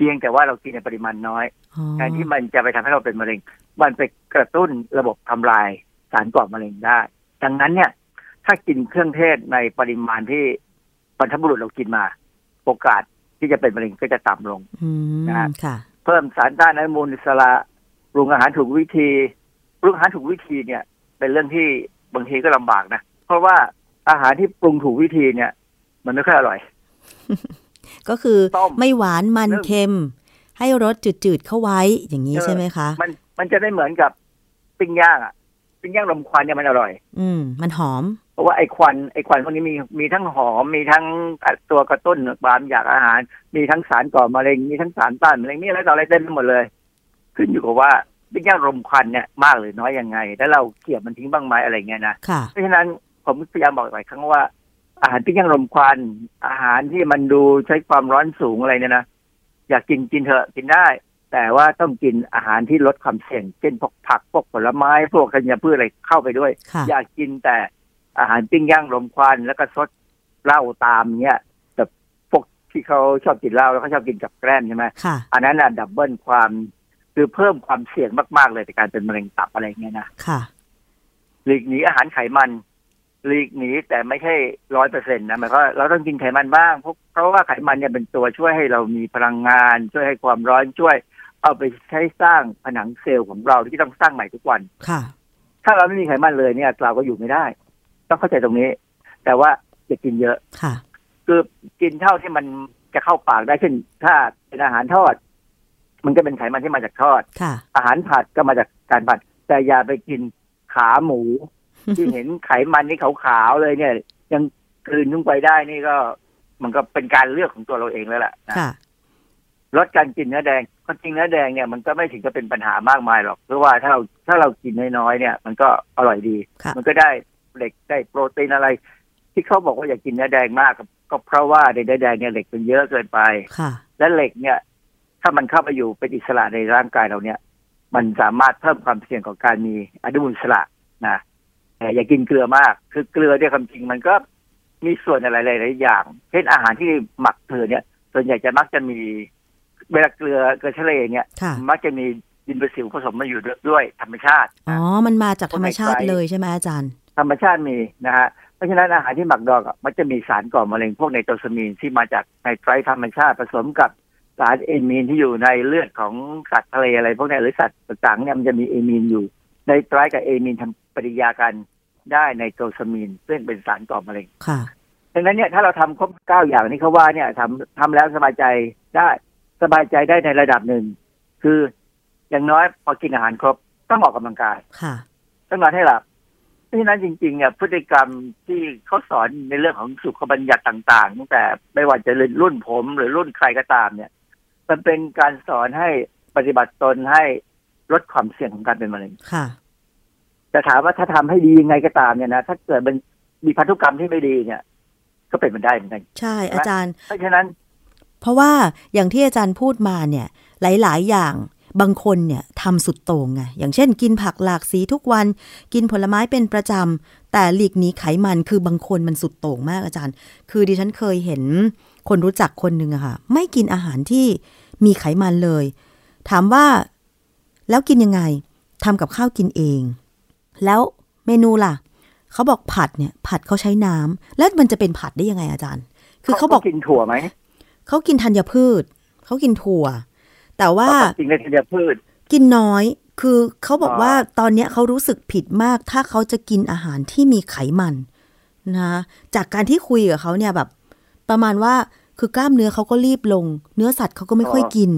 พียงแต่ว่าเรากินในปริมาณน้อยแทนที่มันจะไปทำให้เราเป็นมะเร็งมันไปกระตุ้นระบบทำลายสารก่อมะเร็งได้ดังนั้นเนี่ยถ้ากินเครื่องเทศในปริมาณที่บรรพบุรุษเรากินมาโอกาสที่จะเป็นมะเร็งก็จะต่ำลงนะเพิ่มสารต้านอนุมูลอิสระปรุงอาหารถูกวิธีปรุงอาหารถูกวิธีเนี่ยเป็นเรื่องที่บางทีก็ลำบากนะเพราะว่าอาหารที่ปรุงถูกวิธีเนี่ยมันไม่ค่อยอร่อย
ก็คือไม่หวานมันเค็มให้รสจืดๆเข้าไว้อย่างนี้ใช่ไหมคะ
มันจะไม่เหมือนกับปิ้งย่างปิ้งย่างลมควันเนี่ยมันอร่อย
มันหอม
เพราะว่าไอ้ควันพวกนี้มีทั้งหอมมีทั้งตัวกระตุ้นความอยากอาหารมีทั้งสารก่อมะเร็งมีทั้งสารต้านมะเร็งมีอะไรต่ออะไรเต็มไปหมดเลยขึ้นอยู่กับว่าปิ้งย่างลมควันเนี่ยมากหรือน้อยยังไงแล้วเราเขี่ยมันทิ้งบ้างไหมอะไรเงี้ยนะเพราะฉะนั้นผมพยายามบอกหลายครั้งว่าอาหารปิ้งย่างลมควันอาหารที่มันดูใช้ความร้อนสูงอะไรเนี่ยนะอยากกินเถอะกินได้แต่ว่าต้องกินอาหารที่ลดความเสี่ยงเช่นพวกผักพวกผลไม้พวกธัญพืชอะไรเข้าไปด้วยอยากกินแต่อาหารปิ้งย่างลมควันแล้วก็ซดเหล้าตามเงี้ยแบบพวกที่เขาชอบกินเหล้าแล้วเขาชอบกินกับแกล้มใช่ไหมอันนั้นน่ะดับเบิลความคือเพิ่มความเสี่ยงมากๆเลยในการเป็นมะเร็งตับอะไรเงี้ยนะหลีกหนีอาหารไขมันหลีกหนีแต่ไม่ใช่ 100% นะหมายความว่าเราต้องกินไขมันบ้างเพราะว่าไขมันเนี่ยเป็นตัวช่วยให้เรามีพลังงานช่วยให้ความร้อนช่วยเอาไปใช้สร้างผนังเซลล์ของเราที่ต้องสร้างใหม่ทุกวันถ้าเราไม่มีไขมันเลยเนี่ยเราก็อยู่ไม่ได้ต้องเข้าใจตรงนี้แต่ว่าจะกินเยอะคือกินเท่าที่มันจะเข้าปากได้เช่นถ้าเป็นอาหารทอดมันก็เป็นไขมันที่มาจากทอดอาหารผัดก็มาจากการผัดแต่อย่าไปกินขาหมู ที่เห็นไขมันนี่ขาวๆเลยเนี่ยยังกลืนลงไปได้นี่ก็มันก็เป็นการเลือกของตัวเราเองแล้วแหละลดการกินเนื้อแดงความจริงเนื้อแดงเนี่ยมันก็ไม่ถึงจะเป็นปัญหามากมายหรอกเพราะว่าถ้าเรากินน้อยๆเนี่ยมันก็อร่อยดีมันก็ได้เหล็กได้โปรตีนอะไรที่เขาบอกว่าอย่ากินเนื้อแดงมากก็เพราะว่าในเนื้อแดงเนี่ยเหล็กมันเยอะเกินไปและเหล็กเนี่ยถ้ามันเข้าไปอยู่เป็นอิสระในร่างกายเราเนี่ยมันสามารถเพิ่มความเสี่ยงของการมีอนุมูลอิสระนะแต่อย่ากินเกลือมากคือเกลือเนี่ยความจริงมันก็มีส่วนอะไรหลายๆอย่างเช่นอาหารที่หมักเกลือเนี่ยส่วนใหญ่จะมักจะมีเวลาเกลือทะเลเนี่ยมักจะมีดินประสิวผสมมาอยู่ด้วยธรรมชาติ
มันมาจากธรรมชาติเลยใช่ไหมอาจารย์
ธรรมชาติมีนะฮะเพราะฉะนั้นอาหารที่หมักดองมันจะมีสารก่อมะเร็งพวกไนโตซามีนที่มาจากไนไตรท์ธรรมชาติผสมกับสารเอมีนที่อยู่ในเลือดของสัตว์ทะเลอะไรพวกนี้หรือสัตว์ต่างๆเนี่ยมันจะมีเอมีนอยู่ไนไตรท์กับเอมีนทำปฏิกิริยากันได้ไนโตซามีนซึ่งเป็นสารก่อมะเร็งดังนั้นเนี่ยถ้าเราทำครบ9อย่างนี้เขาว่าเนี่ยทำแล้วสบายใจได้ในระดับหนึ่งคืออย่างน้อยพอกินอาหารครบต้องออกกำลังกายต้องนอนให้หลับเพราะฉะนั้นจริงๆเนี่ยพฤติกรรมที่เขาสอนในเรื่องของสุขบัญญัติต่างๆตั้งแต่ไม่ว่าจะรุ่นผมหรือรุ่นใครก็ตามเนี่ยมันเป็นการสอนให้ปฏิบัติตนให้ลดความเสี่ยงของการเป็นมะเร็งแต่ถามว่าถ้าทำให้ดียังไงก็ตามเนี่ยนะถ้าเกิดมันมีพันธุกรรมที่ไม่ดีเนี่ยก็เป็นมันได้เหมือนกัน
ใช่อาจารย์
เพราะฉะนั้น
เพราะว่าอย่างที่อาจารย์พูดมาเนี่ยหลายๆอย่างบางคนเนี่ยทำสุดโต่งไงอย่างเช่นกินผักหลากสีทุกวันกินผลไม้เป็นประจำแต่หลีกหนีไขมันคือบางคนมันสุดโต่งมากอาจารย์คือดิฉันเคยเห็นคนรู้จักคนหนึ่งอะค่ะไม่กินอาหารที่มีไขมันเลยถามว่าแล้วกินยังไงทำกับข้าวกินเองแล้วเมนูล่ะเขาบอกผัดเนี่ยผัดเขาใช้น้ำแล้วมันจะเป็นผัดได้ยังไงอาจารย์คือเขาบอก
กินถั่วไหม
เขากินธัญพืชเขากินถั่วแต่ว่า
กินธัญพืช
กินน้อยคือเขาบอกว่าตอนนี้เขารู้สึกผิดมากถ้าเขาจะกินอาหารที่มีไขมันนะจากการที่คุยกับเขาเนี่ยแบบประมาณว่าคือกล้ามเนื้อเขาก็รีบลงเนื้อสัตว์เขาก็ไม่ค่อยกิน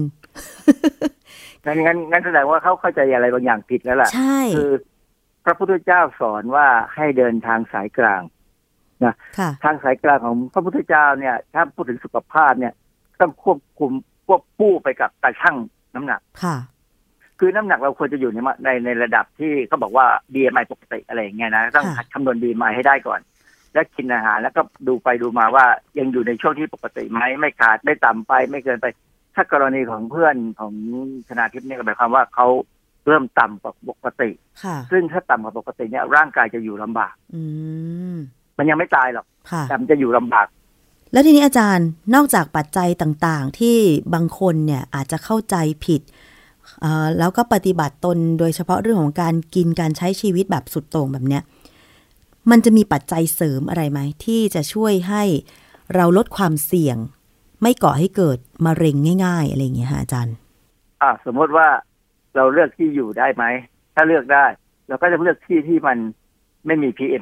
งั้นแสดงว่าเขาเข้าใจอะไรบางอย่างผิดแล้วล่ะ
ใช่
คือพระพุทธเจ้าสอนว่าให้เดินทางสายกลางนะทางสายกลางของพระพุทธเจ้าเนี่ยถ้าพูดถึงสุขภาพเนี่ยต้องควบคู่ไปกับการชั่งน้ำหนักคือน้ำหนักเราควรจะอยู่ในระดับที่เขาบอกว่า BMI ปกติอะไรอย่างเงี้ยนะต้องคำนวณ BMI ให้ได้ก่อนแล้วกินอาหารแล้วก็ดูไปดูมาว่ายังอยู่ในช่วงที่ปกติไหมไม่ขาดไม่ต่ำไปไม่เกินไปถ้ากรณีของเพื่อนของชนาทิพย์เนี่ยก็หมายความว่าเขาเริ่มต่ำกว่าปกติซึ่งถ้าต่ำกว่าปกติเนี่ยร่างกายจะอยู่ลำบากมันยังไม่ตายหรอกแต่มันจะอยู่ลำบาก
แล้วทีนี้อาจารย์นอกจากปัจจัยต่างๆที่บางคนเนี่ยอาจจะเข้าใจผิดแล้วก็ปฏิบัติตนโดยเฉพาะเรื่องของการกินการใช้ชีวิตแบบสุดโต่งแบบเนี้ยมันจะมีปัจจัยเสริมอะไรไหมที่จะช่วยให้เราลดความเสี่ยงไม่ก่อให้เกิดมะเร็งง่ายๆอะไรอย่างเงี้ยค่ะอาจารย์
สมมติว่าเราเลือกที่อยู่ได้ไหมถ้าเลือกได้เราก็จะเลือกที่ที่มันไม่มี PM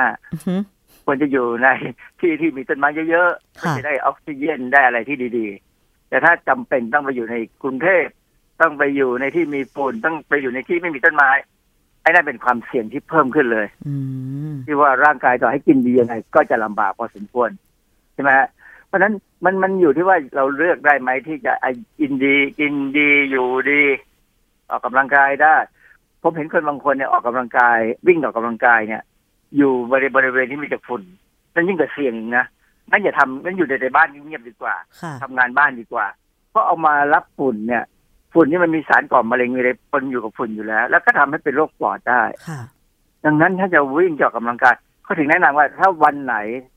2.5 ควรจะอยู่ในที่ที่มีต้นไม้เยอะๆจะได้ออกซิเจนได้อะไรที่ดีๆแต่ถ้าจำเป็นต้องไปอยู่ในกรุงเทพต้องไปอยู่ในที่มีฝุ่นต้องไปอยู่ในที่ไม่มีต้นไม้ไอ้นั่นเป็นความเสี่ยงที่เพิ่มขึ้นเลยที่ว่าร่างกายต่อให้กินดียังไงก็จะลำบากพอสมควรใช่ไหมฮะเพราะฉะนั้นมันอยู่ที่ว่าเราเลือกได้ไหมที่จะกินดีอยู่ดีออกกำลังกายได้ผมเห็นคนบางคนเนี่ยออกกำลังกายวิ่งออกกำลังกายเนี่ยอยู่บริเวณที่มีแต่ฝุ่นนั่นยิ่งกว่าเสี่ยงนะงั้นอย่าทำงั้นอยู่ในบ้านเงียบๆดีกว่าทำงานบ้านดีกว่าเพราะเอามารับฝุ่นเนี่ยฝุ่นนี่มันมีสารก่อมะเร็งมีอะไรปนอยู่กับฝุ่นอยู่แล้วก็ทำให้เป็นโรคปอดได้ดังนั้นถ้าจะวิ่งออกกำลังกายเขาถึงแนะนำว่าถ้าวันไหน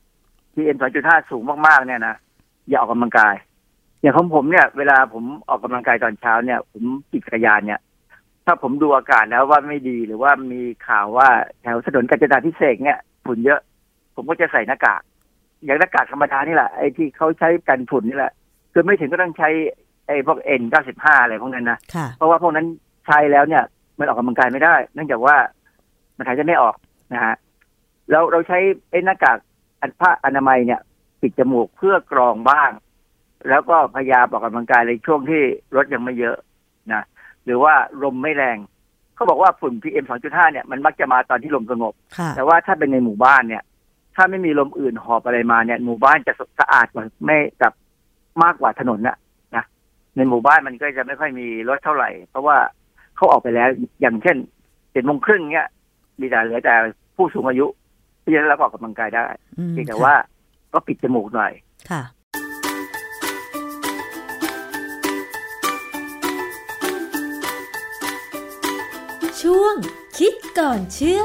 PM 2.5 สูงมากๆเนี่ยนะอย่าออกกำลังกายอย่างของผมเนี่ยเวลาผมออกกำลังกายตอนเช้าเนี่ยผมขี่จักรยานเนี่ยถ้าผมดูอากาศแล้วว่าไม่ดีหรือว่ามีข่าวว่าแถวถนนกาญจนาพิเศษกเนี่ยฝุ่นเยอะผมก็จะใส่หน้ากากอย่างหน้ากากธรรมดานี่แหละไอ้ที่เขาใช้กันฝุ่นนี่แหละคือไม่ถึงก็ต้องใช้ไอ้พวก N95 อะไรพวกนั้นนะเพราะว่าพวกนั้นใช้แล้วเนี่ยมันออกกำลังกายไม่ได้เนื่องจากว่ามันหายใจไม่ออกนะฮะแล้วเราใช้ไอ้หน้ากากผ้าอนามัยเนี่ยปิดจมูกเพื่อกรองบ้างแล้วก็พยายามออกกำลังกายในช่วงที่รถยังไม่เยอะนะหรือว่าลมไม่แรงเขาบอกว่าฝุ่น PM 2.5 เนี่ยมันมักจะมาตอนที่ลมสงบแต่ว่าถ้าเป็นในหมู่บ้านเนี่ยถ้าไม่มีลมอื่นหอบอะไรมาเนี่ยหมู่บ้านจะสะอาดกว่าไม่กับมากกว่าถนนนะในหมู่บ้านมันก็จะไม่ค่อยมีรถเท่าไหร่เพราะว่าเขาออกไปแล้วอย่างเช่น 7:30 นเนี่ยมีแต่เหลือแต่ผู้สูงอายุที่จะรับออกกำลังกายได้แต่ว่าก็ปิดจมูกหน่อยค่ะ
ช่วงคิดก่อนเชื่อ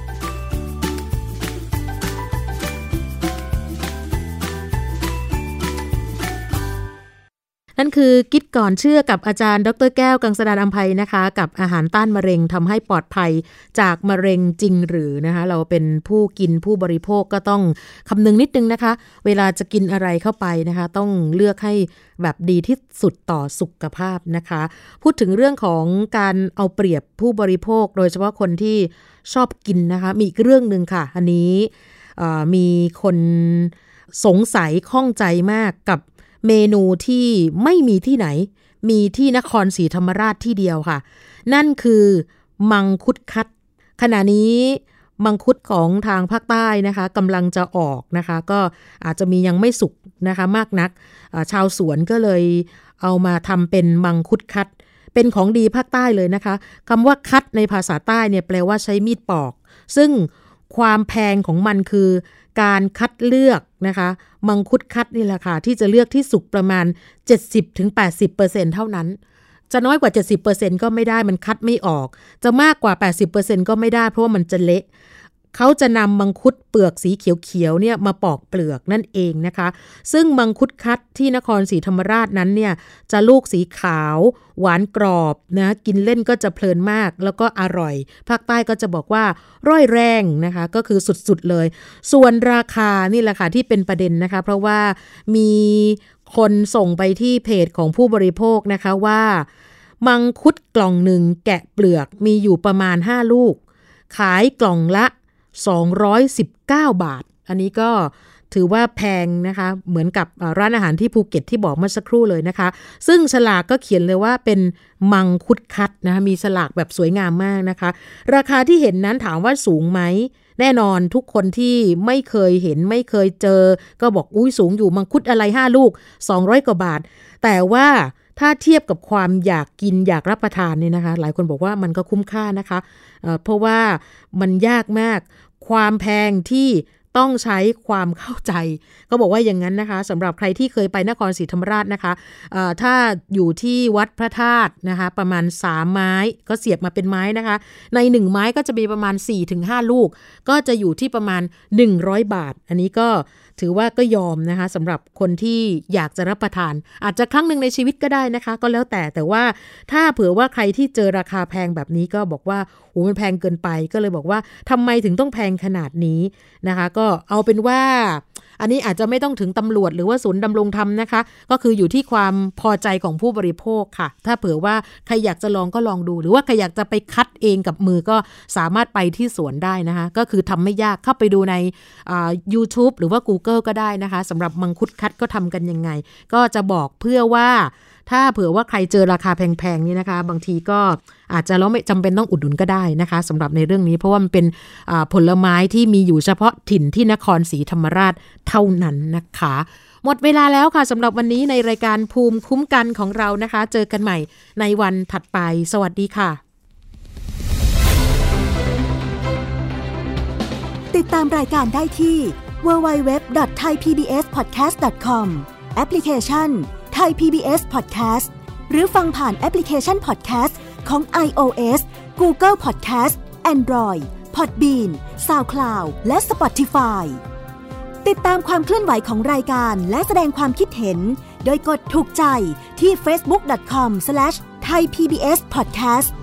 นั่นคือคิดก่อนเชื่อกับอาจารย์ดร.แก้วกังสดาลอำไพนะคะกับอาหารต้านมะเร็งทำให้ปลอดภัยจากมะเร็งจริงหรือนะคะเราเป็นผู้กินผู้บริโภคก็ต้องคำนึงนิดนึงนะคะเวลาจะกินอะไรเข้าไปนะคะต้องเลือกให้แบบดีที่สุดต่อสุขภาพนะคะพูดถึงเรื่องของการเอาเปรียบผู้บริโภคโดยเฉพาะคนที่ชอบกินนะคะมีอีกเรื่องนึงค่ะอันนี้มีคนสงสัยข้องใจมากกับเมนูที่ไม่มีที่ไหนมีที่นครศรีธรรมราชที่เดียวค่ะนั่นคือมังคุดคัดขณะนี้มังคุดของทางภาคใต้นะคะกำลังจะออกนะคะก็อาจจะมียังไม่สุกนะคะมากนักชาวสวนก็เลยเอามาทำเป็นมังคุดคัดเป็นของดีภาคใต้เลยนะคะคำว่าคัดในภาษาใต้เนี่ยแปลว่าใช้มีดปอกซึ่งความแพงของมันคือการคัดเลือกนะคะมังคุดคัดนี่แหละค่ะที่จะเลือกที่สุกประมาณ 70-80% เท่านั้นจะน้อยกว่า 70% ก็ไม่ได้มันคัดไม่ออกจะมากกว่า 80% ก็ไม่ได้เพราะว่ามันจะเละเขาจะนำมังคุดเปลือกสีเขียวๆเนี่ยมาปอกเปลือกนั่นเองนะคะซึ่งมังคุดคัดที่นครศรีธรรมราชนั้นเนี่ยจะลูกสีขาวหวานกรอบนะกินเล่นก็จะเพลินมากแล้วก็อร่อยภาคใต้ก็จะบอกว่าร่อยแรงนะคะก็คือสุดๆเลยส่วนราคานี่แหละค่ะที่เป็นประเด็นนะคะเพราะว่ามีคนส่งไปที่เพจของผู้บริโภคนะคะว่ามังคุดกล่องหนึ่งแกะเปลือกมีอยู่ประมาณ5ลูกขายกล่องละ219 บาทอันนี้ก็ถือว่าแพงนะคะเหมือนกับร้านอาหารที่ภูเก็ตที่บอกเมื่อสักครู่เลยนะคะซึ่งฉลากก็เขียนเลยว่าเป็นมังคุดคัดนะคะมีฉลากแบบสวยงามมากนะคะราคาที่เห็นนั้นถามว่าสูงไหมแน่นอนทุกคนที่ไม่เคยเห็นไม่เคยเจอก็บอกอุ้ยสูงอยู่มังคุดอะไร5ลูก200 กว่าบาทแต่ว่าถ้าเทียบกับความอยากกินอยากรับประทานเนี่ยนะคะหลายคนบอกว่ามันก็คุ้มค่านะคะเพราะว่ามันยากมากความแพงที่ต้องใช้ความเข้าใจก็บอกว่าอย่างนั้นนะคะสำหรับใครที่เคยไปนครศรีธรรมราชนะคะถ้าอยู่ที่วัดพระธาตุนะคะประมาณ3ไม้ก็เสียบมาเป็นไม้นะคะใน1ไม้ก็จะมีประมาณ 4-5 ลูกก็จะอยู่ที่ประมาณ100 บาทอันนี้ก็ถือว่าก็ยอมนะคะสำหรับคนที่อยากจะรับประทานอาจจะครั้งหนึ่งในชีวิตก็ได้นะคะก็แล้วแต่ว่าถ้าเผื่อว่าใครที่เจอราคาแพงแบบนี้ก็บอกว่าโอ้มันแพงเกินไปก็เลยบอกว่าทำไมถึงต้องแพงขนาดนี้นะคะก็เอาเป็นว่าอันนี้อาจจะไม่ต้องถึงตำรวจหรือว่าศูนย์ดำรงธรรมนะคะก็คืออยู่ที่ความพอใจของผู้บริโภคค่ะถ้าเผื่อว่าใครอยากจะลองก็ลองดูหรือว่าใครอยากจะไปคัดเองกับมือก็สามารถไปที่สวนได้นะคะก็คือทำไม่ยากเข้าไปดูในYouTube หรือว่า Google ก็ได้นะคะสำหรับมังคุดคัดก็ทำกันยังไงก็จะบอกเพื่อว่าถ้าเผื่อว่าใครเจอราคาแพงๆนี่นะคะบางทีก็อาจจะแล้วไม่จำเป็นต้องอุดหนุนก็ได้นะคะสำหรับในเรื่องนี้เพราะว่ามันเป็นผลไม้ที่มีอยู่เฉพาะถิ่นที่นครศรีธรรมราชเท่านั้นนะคะหมดเวลาแล้วค่ะสำหรับวันนี้ในรายการภูมิคุ้มกันของเรานะคะเจอกันใหม่ในวันถัดไปสวัสดีค่ะ
ติดตามรายการได้ที่ www.thaipbspodcast.com แอปพลิเคชัน Thai PBS Podcast หรือฟังผ่านแอปพลิเคชัน Podcast ของ iOS Google Podcast Android Podbean SoundCloud และ Spotify ติดตามความเคลื่อนไหวของรายการและแสดงความคิดเห็นโดยกดถูกใจที่ facebook.com/thaipbspodcast